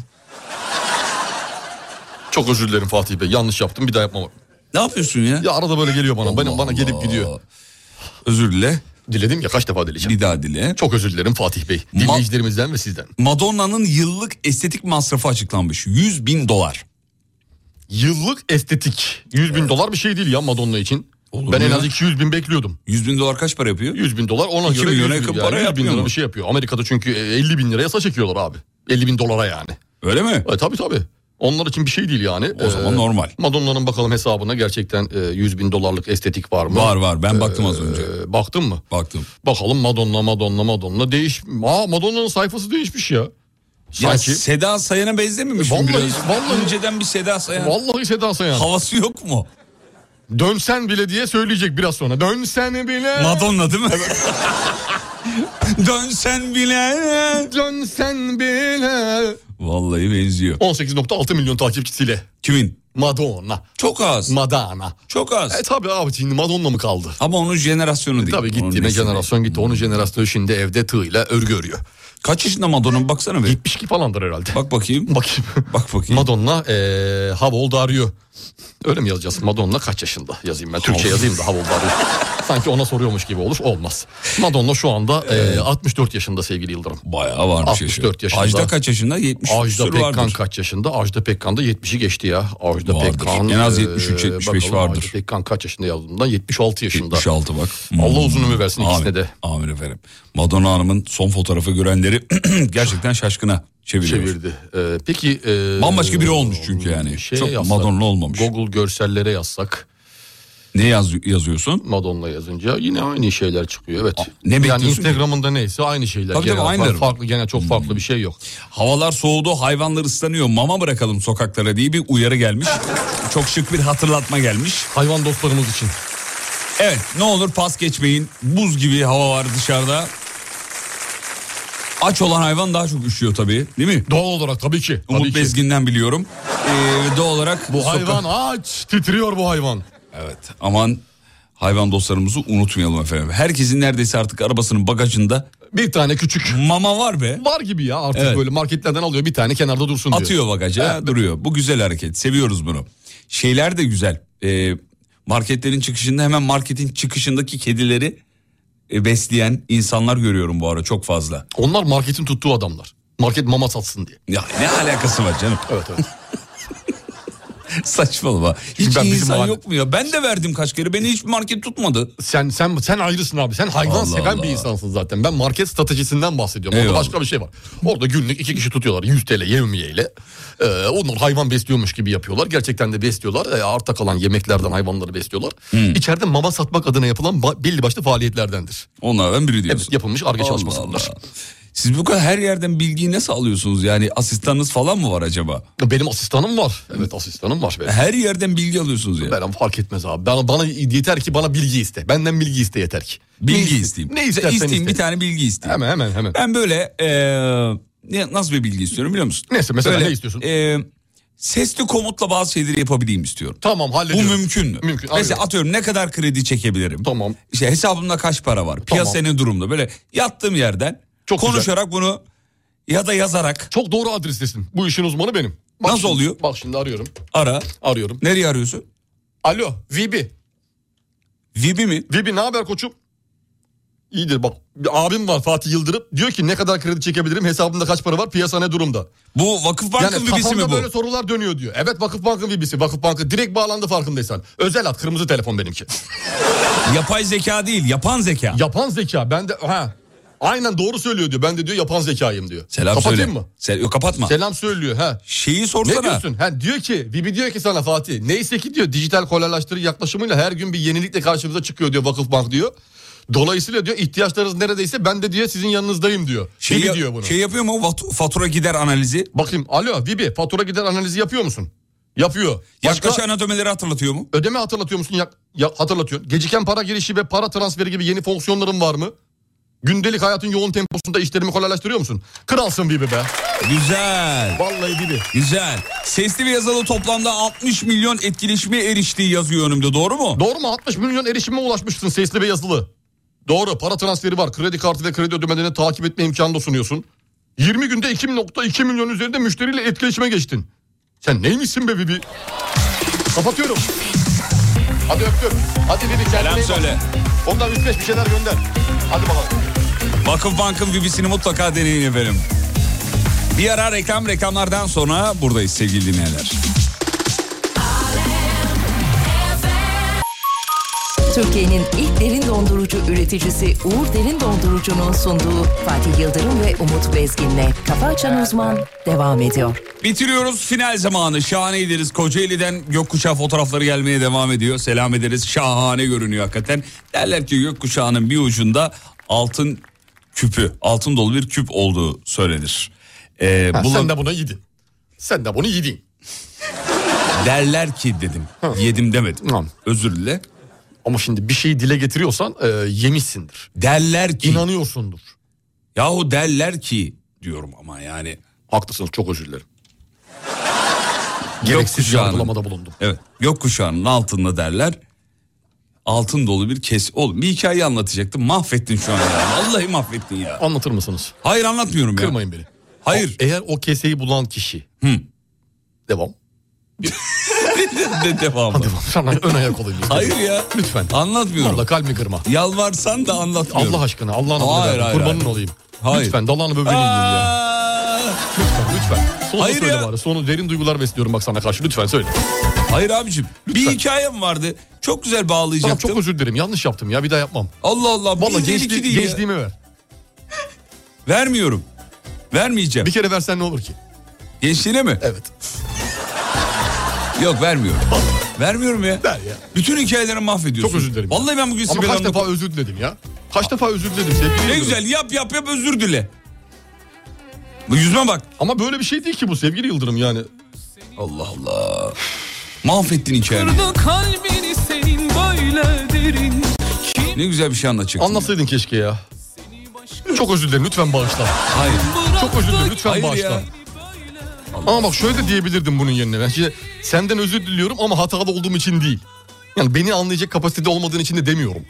Çok özür dilerim Fatih Bey, yanlış yaptım, bir daha yapmam. Ne yapıyorsun ya? Ya arada böyle geliyor bana. Bana gelip gidiyor. Özür dile. Diledim ya, kaç defa dileyeceğim. Bir daha dile. Çok özür dilerim Fatih Bey. Dinleyicilerimizden ve sizden. Madonna'nın yıllık estetik masrafı açıklanmış. $100.000. Yıllık estetik. $100.000 bir şey değil ya Madonna için. Olur ben en ya? az 200.000 bekliyordum. $100.000 kaç para yapıyor? $100.000 ona 2 göre milyona yakın para yapmıyor mu? bir şey yapıyor. Amerika'da çünkü 50.000 liraya saç çekiyorlar abi. $50.000 yani. Öyle mi? Tabii. Onlar için bir şey değil yani. O zaman normal. Madonna'nın bakalım hesabına gerçekten $100.000 estetik var mı? Var. Ben baktım az önce. Baktın mı? Baktım. Bakalım Madonna. Madonna'nın sayfası değişmiş ya. Sanki. Ya Seda Sayan'a benzememiş mi biraz? Vallahi. Önceden bir Seda Sayan. Vallahi Seda Sayan. Havası yok mu? Dönsen bile diye söyleyecek biraz sonra. Dönsen bile. Madonna değil mi? Dönsen bile. Vallahi benziyor. 18.6 milyon takipçisiyle. Kimin? Madonna. Çok az. Madonna. Çok az. Tabii abi, şimdi Madonna mı kaldı? Ama onun jenerasyonu değil. Tabii gitti. Ne jenerasyon gitti. Onun jenerasyonu şimdi evde tığıyla örgü örüyor. Kaç yaşında Madonna, baksana be. 72 falandır herhalde. Bak bakayım. Bak bakayım. Madonna how old are you? Öyle mi yazacağız? Madonna kaç yaşında? Yazayım ben. Türkçe yazayım da how old are you? Sanki ona soruyormuş gibi olur. Olmaz. Madonna şu anda 64 yaşında sevgili Yıldırım. Bayağı varmış 64 yaşında. Ajda kaç yaşında? 70 Ajda Pekkan vardır. kaç yaşında? Ajda Pekkan da 70'i geçti ya. Ajda Pekkan. En az 73-75 vardır. Ajda Pekkan kaç yaşında yazdığımda? 76 yaşında. 76 bak. Allah uzun ömür versin ikisine de. Amin efendim. Madonna Hanım'ın son fotoğrafı görenleri gerçekten şaşkına çevirdi. Peki. Bambaşka biri olmuş çünkü yani. Çok yazsak, Madonna olmamış. Google görsellere yazsak. Ne yazıyorsun? Madonna yazınca yine aynı şeyler çıkıyor. Evet. Ne yani bekliyorsun Instagram'ında ki? Neyse aynı şeyler. Tabii aynıları. Farklı, gene çok farklı bir şey yok. Havalar soğudu, hayvanlar ıslanıyor, mama bırakalım sokaklara diye bir uyarı gelmiş. Çok şık bir hatırlatma gelmiş. Hayvan dostlarımız için. Evet, ne olur pas geçmeyin. Buz gibi hava var dışarıda. Aç olan hayvan daha çok üşüyor tabii, değil mi? Doğal olarak tabii ki. Umut Bezgin'den biliyorum. Doğal olarak bu hayvan aç, titriyor bu hayvan. Evet, aman hayvan dostlarımızı unutmayalım efendim. Herkesin neredeyse artık arabasının bagajında bir tane küçük mama var be. Var gibi ya artık, böyle marketlerden alıyor bir tane, kenarda dursun diyor. Atıyor bagaja, duruyor. Bu güzel hareket, seviyoruz bunu. Şeyler de güzel. Marketlerin çıkışında, hemen marketin çıkışındaki kedileri besleyen insanlar görüyorum bu ara çok fazla. Onlar marketin tuttuğu adamlar. Market mama satsın diye. Ya ne alakası var canım? Evet. Saçmalama. Hiç insan yok mu ya? Ben de verdim kaç kere. Beni hiç market tutmadı. Sen ayrısın abi. Sen hayvan seven bir insansın zaten. Ben market stratejisinden bahsediyorum. Orada başka bir şey var. Orada günlük 2 kişi tutuyorlar 100 TL yevmiyeyle. Onlar hayvan besliyormuş gibi yapıyorlar. Gerçekten de besliyorlar. Arta kalan yemeklerden hayvanları besliyorlar. İçeride mama satmak adına yapılan belli başlı faaliyetlerdendir. Onlardan biri diyorsun. Evet, yapılmış Ar-Ge çalışması bunlar. Siz bu kadar her yerden bilgiyi nasıl alıyorsunuz? Yani asistanınız falan mı var acaba? Benim asistanım var. Evet, asistanım var benim. Her yerden bilgi alıyorsunuz ya. Ben fark etmez abi. Bana yeter ki bana bilgi iste. Benden bilgi iste yeter ki. Bilgi isteyeyim. Ne istersen isteyeyim, bir tane bilgi isteyeyim. Hemen. Ben böyle nasıl bir bilgi istiyorum biliyor musun? Neyse mesela böyle, ne istiyorsun? Sesli komutla bazı şeyleri yapabileyim istiyorum. Tamam, hallediyorum. Bu mümkün mü? Mümkün. Mesela atıyorum ne kadar kredi çekebilirim? Tamam. İşte hesabımda kaç para var? Piyasa ne durumda? Böyle yattığım yerden çok konuşarak güzel. Bunu ya da yazarak. Çok doğru adrestesin. Bu işin uzmanı benim. Nasıl şimdi oluyor? Bak şimdi arıyorum. Arıyorum. Nereye arıyorsun? Alo, Vibi. Vibi mi? Vibi, ne haber koçum? İyidir bak. Bir abim var, Fatih Yıldırım. Diyor ki ne kadar kredi çekebilirim? Hesabımda kaç para var? Piyasa ne durumda? Bu Vakıfbank'ın Vibisi mi bu? Yani kafamda böyle sorular dönüyor diyor. Evet, Vakıfbank'ın Vibisi. Vakıfbank'ın direkt bağlandı farkındaysan. Özel hat, kırmızı telefon benimki. Yapay zeka değil, yapan zeka. Yapan zeka. Ben de Aynen doğru söylüyor diyor. Ben de diyor yapan zekayım diyor. Selam Kapatayım söyle. mı? Yok kapatma. Selam söylüyor. He. Şeyi sorsana. Ne diyorsun? Diyor ki Vibi diyor ki sana Fatih. Neyse ki diyor dijital kolaylaştırıcı yaklaşımıyla her gün bir yenilikle karşımıza çıkıyor diyor Vakıfbank diyor. Dolayısıyla diyor ihtiyaçlarınız neredeyse ben de diyor sizin yanınızdayım diyor. Vibi diyor bunu. Şey yapıyor mu fatura gider analizi? Bakayım alo Vibi fatura gider analizi yapıyor musun? Yapıyor. Yaklaş anatomileri hatırlatıyor mu? Ödeme hatırlatıyor musun? Hatırlatıyor. Geciken para girişi ve para transferi gibi yeni fonksiyonların var mı? Gündelik hayatın yoğun temposunda işlerimi kolaylaştırıyor musun? Kralsın Bibi be. Güzel. Vallahi Bibi. Güzel. Sesli ve yazılı toplamda 60 milyon etkileşime eriştiği yazıyor önümde, doğru mu? Doğru mu? 60 milyon erişime ulaşmışsın sesli ve yazılı. Doğru, para transferi var. Kredi kartı ve kredi ödemelerini takip etme imkanı da sunuyorsun. 20 günde 2.2 milyon üzerinde müşteriyle etkileşime geçtin. Sen neymişsin be Bibi? Kapatıyorum. Hadi öptüm. Hadi Bibi kendine selam söyle. Ondan 3-5 bir şeyler gönder. Hadi bakalım. Vakıfbank'ın Vibi'sini mutlaka deneyin efendim. Bir ara reklamlardan sonra buradayız sevgili dinleyenler. Türkiye'nin ilk derin dondurucu üreticisi Uğur Derin Dondurucu'nun sunduğu Fatih Yıldırım ve Umut Bezgin'le Kafa Açan Uzman devam ediyor. Bitiriyoruz, final zamanı. Şahaneydiniz. Kocaeli'den gökkuşağı fotoğrafları gelmeye devam ediyor. Selam ederiz. Şahane görünüyor hakikaten. Derler ki gökkuşağının bir ucunda altın küpü, altın dolu bir küp olduğu söylenir. Sen de bunu yedin. Sen de bunu yedin. Derler ki dedim. Yedim demedim. Özür dile. Ama şimdi bir şeyi dile getiriyorsan yemişsindir. Derler ki. İnanıyorsundur. Yahu derler ki diyorum ama yani. Haklısınız, çok özür dilerim. Gereksiz yargılamada bulundum. Evet, gökkuşağının altında derler. Altın dolu bir Oğlum bir hikaye anlatacaktım. Mahvettin şu an ya. Vallahi mahvettin ya. Anlatır mısınız? Hayır, anlatmıyorum ya. Kırmayın beni. Hayır. Eğer o keseyi bulan kişi. Devam. Devam. Hadi sana ön ayak olayım. Hayır ya. Lütfen. Anlatmıyorum. Vallahi kalbimi kırma. Yalvarsan da anlatmıyorum. Allah aşkına Allah'ın adına kurbanın olayım. Hayır. Lütfen dalağını böbreğini yiyeyim ya. Lütfen. Sonunda hayır söyle ya. bari. Sonu derin duygular besliyorum bak sana karşı. Lütfen söyle. Hayır abicim. Lütfen. Bir hikayem vardı. Çok güzel bağlayacaktım. Tamam, çok özür dilerim. Yanlış yaptım ya. Bir daha yapmam. Allah Allah. Vallahi gençliğimi ver. Vermiyorum. Vermeyeceğim. Bir kere versen ne olur ki? Gençliğine mi? Evet. Yok, vermiyorum. Vermiyorum ya. Ver ya. Bütün hikayelerini mahvediyorsun. Çok özür dilerim. Vallahi ben bugün Ama kaç defa özür diledim ya. Kaç defa özür diledim sevgili. Ne güzel yap özür dile. Bu yüzüme bak. Ama böyle bir şey değil ki bu sevgili Yıldırım yani. Allah Allah. Mahvettin hikayeni. Kalbini senin böyle derin. Ne güzel bir şey anlatacaksın. Anlatsaydın keşke ya. Çok özür dilerim, lütfen bağışla. Hayır. Çok özür dilerim, lütfen hayır bağışla. Ya. Ama bak şöyle de diyebilirdim bunun yerine. Ben şimdi senden özür diliyorum ama hatalı olduğum için değil. Yani beni anlayacak kapasitede olmadığın için de demiyorum.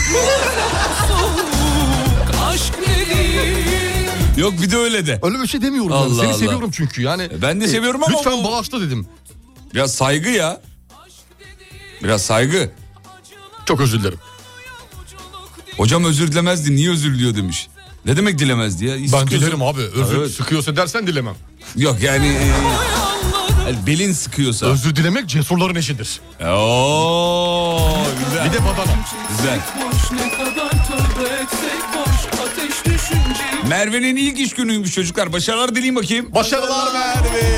Yok bir de öyle de. Öyle bir şey demiyorum. Allah yani. Seni Allah. Seviyorum çünkü yani. Ben de seviyorum ama. Lütfen bağışla dedim. Biraz saygı ya. Biraz saygı. Çok özür dilerim. Hocam özür dilemezdi, niye özür diliyor demiş. Ne demek dilemezdi ya? Ben dilerim abi. Özür sıkıyorsa dersen dilemem. Yok yani belin sıkıyorsa. Özür dilemek cesurların eşidir. Oo, güzel. Bir de badana. Güzel. Merve'nin ilk iş günüymüş çocuklar. Başarılar dileyim bakayım. Başarılar Merve.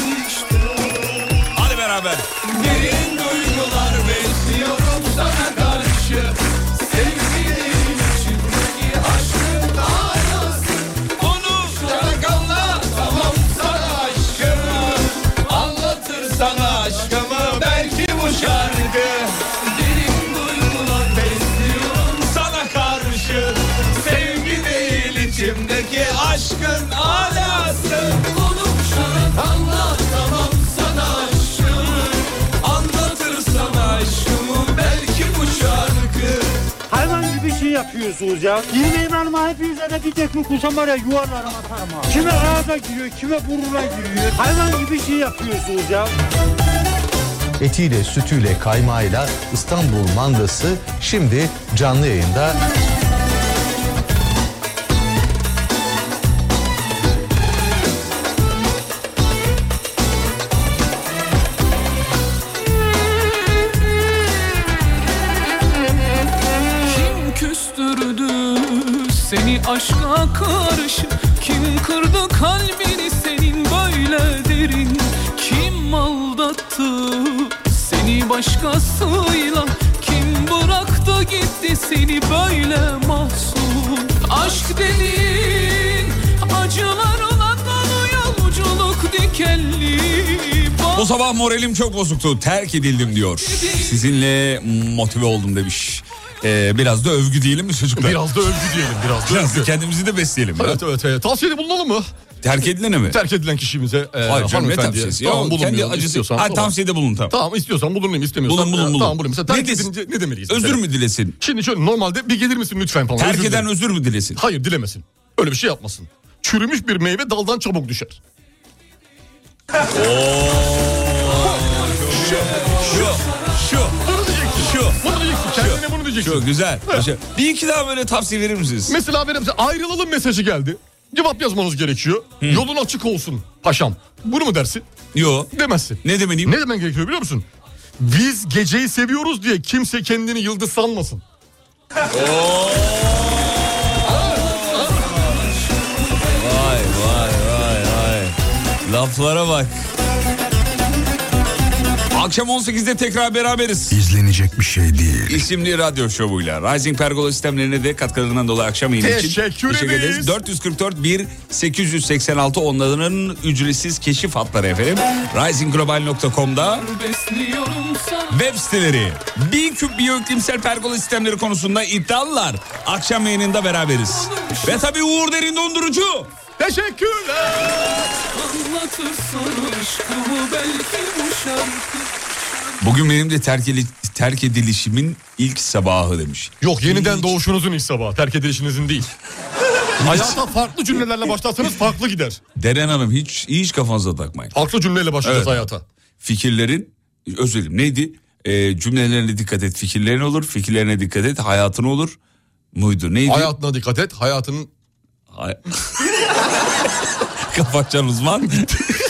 Hadi beraber. Derin duygular besliyorum sana karşı. Sevgilim içimdeki aşkın arası. Konuşarak anlat tamam sana aşkımı. Anlatır sana aşkımı belki bu şarkı. Derin duygular besliyorum sana karşı. Sevgi değil içimdeki aşkın alası. Konuşarak anlat tamam sana aşkımı. Anlatır sana aşkımı belki bu şarkı. Hayvan gibi şey yapıyorsunuz ya. Girmeyin hanıma, hepinize de bir tekme kusam var ya yuvarlarım atarım ha. Kime ağza giriyor, kime burnuna giriyor. Hayvan gibi şey yapıyorsunuz ya. Etiyle, sütüyle, kaymağıyla İstanbul mandası şimdi canlı yayında. Kim küstürdü seni aşka karşı. Kim kırdı kalbini senin böyle derin? Kim aldattı seni başkasıyla? Kim bıraktı gitti seni böyle mahzun? Aşk dediğin acılarla dolu yolculuk dikenli. Bu sabah moralim çok bozuktu. Terk edildim diyor. Sizinle motive oldum demiş. Biraz da övgü diyelim mi çocuklar? Biraz da övgü diyelim. Biraz da kendimizi de besleyelim. Evet. Tavsiyede bulunalım mı? Terk edilene mi? Terk edilen kişimize. Hayır canım, ne tavsiyesi? Tamam, kendi acısı. Tamam. Tavsiyede bulun tamam. Tamam, istiyorsan bulunayım, istemiyorsan. Bulun. Tamam, bulayım. Mesela terk edince ne demeliyiz? Özür mesela? mü dilesin? Şimdi şöyle, normalde bir gelir misin lütfen falan. Terk eden özür mü dilesin? Hayır, dilemesin. Öyle bir şey yapmasın. Çürümüş bir meyve daldan çabuk düşer. Bunu diyeceksin. Kendine bunu diyeceksin. Şu güzel. Bir iki daha böyle tavsiye verir misiniz? Mesela verir misin? Ayrılalım mesajı geldi. Cevap yazmanız gerekiyor. Yolun açık olsun paşam. Bunu mu dersin? Yok. Demezsin. Ne demeliyim? Ne demen gerekiyor biliyor musun? Biz geceyi seviyoruz diye kimse kendini yıldız sanmasın. Vay. Laflara bak. Akşam 18'de tekrar beraberiz. İzlenecek bir şey değil. İsimli radyo şovuyla. Rising Pergola sistemlerine de katkılarından dolayı akşam yayını için teşekkür ederiz. 444 1886 onların ücretsiz keşif hatları efendim. risingglobal.com'da web siteleri. Bir küp biyoiklimsel pergola sistemleri konusunda iddialılar. Akşam yayınında beraberiz. Ve tabii Uğur Derin Dondurucu. Teşekkürler. Anlatırsan aşkımı belki bu şarkı. Bugün benim de terk edilişimin ilk sabahı demiş. Yok, yeniden doğuşunuzun ilk sabahı. Terk edilişinizin değil. Hayata farklı cümlelerle başlarsanız farklı gider. Deren Hanım hiç kafanıza takmayın. Farklı cümleyle başlayacağız hayata. Fikirlerin, özür dilerim neydi? Cümlelerine dikkat et, fikirlerin olur. Fikirlerine dikkat et, hayatın olur. Muydu neydi? Hayatına dikkat et, hayatının... Kafa açan uzman.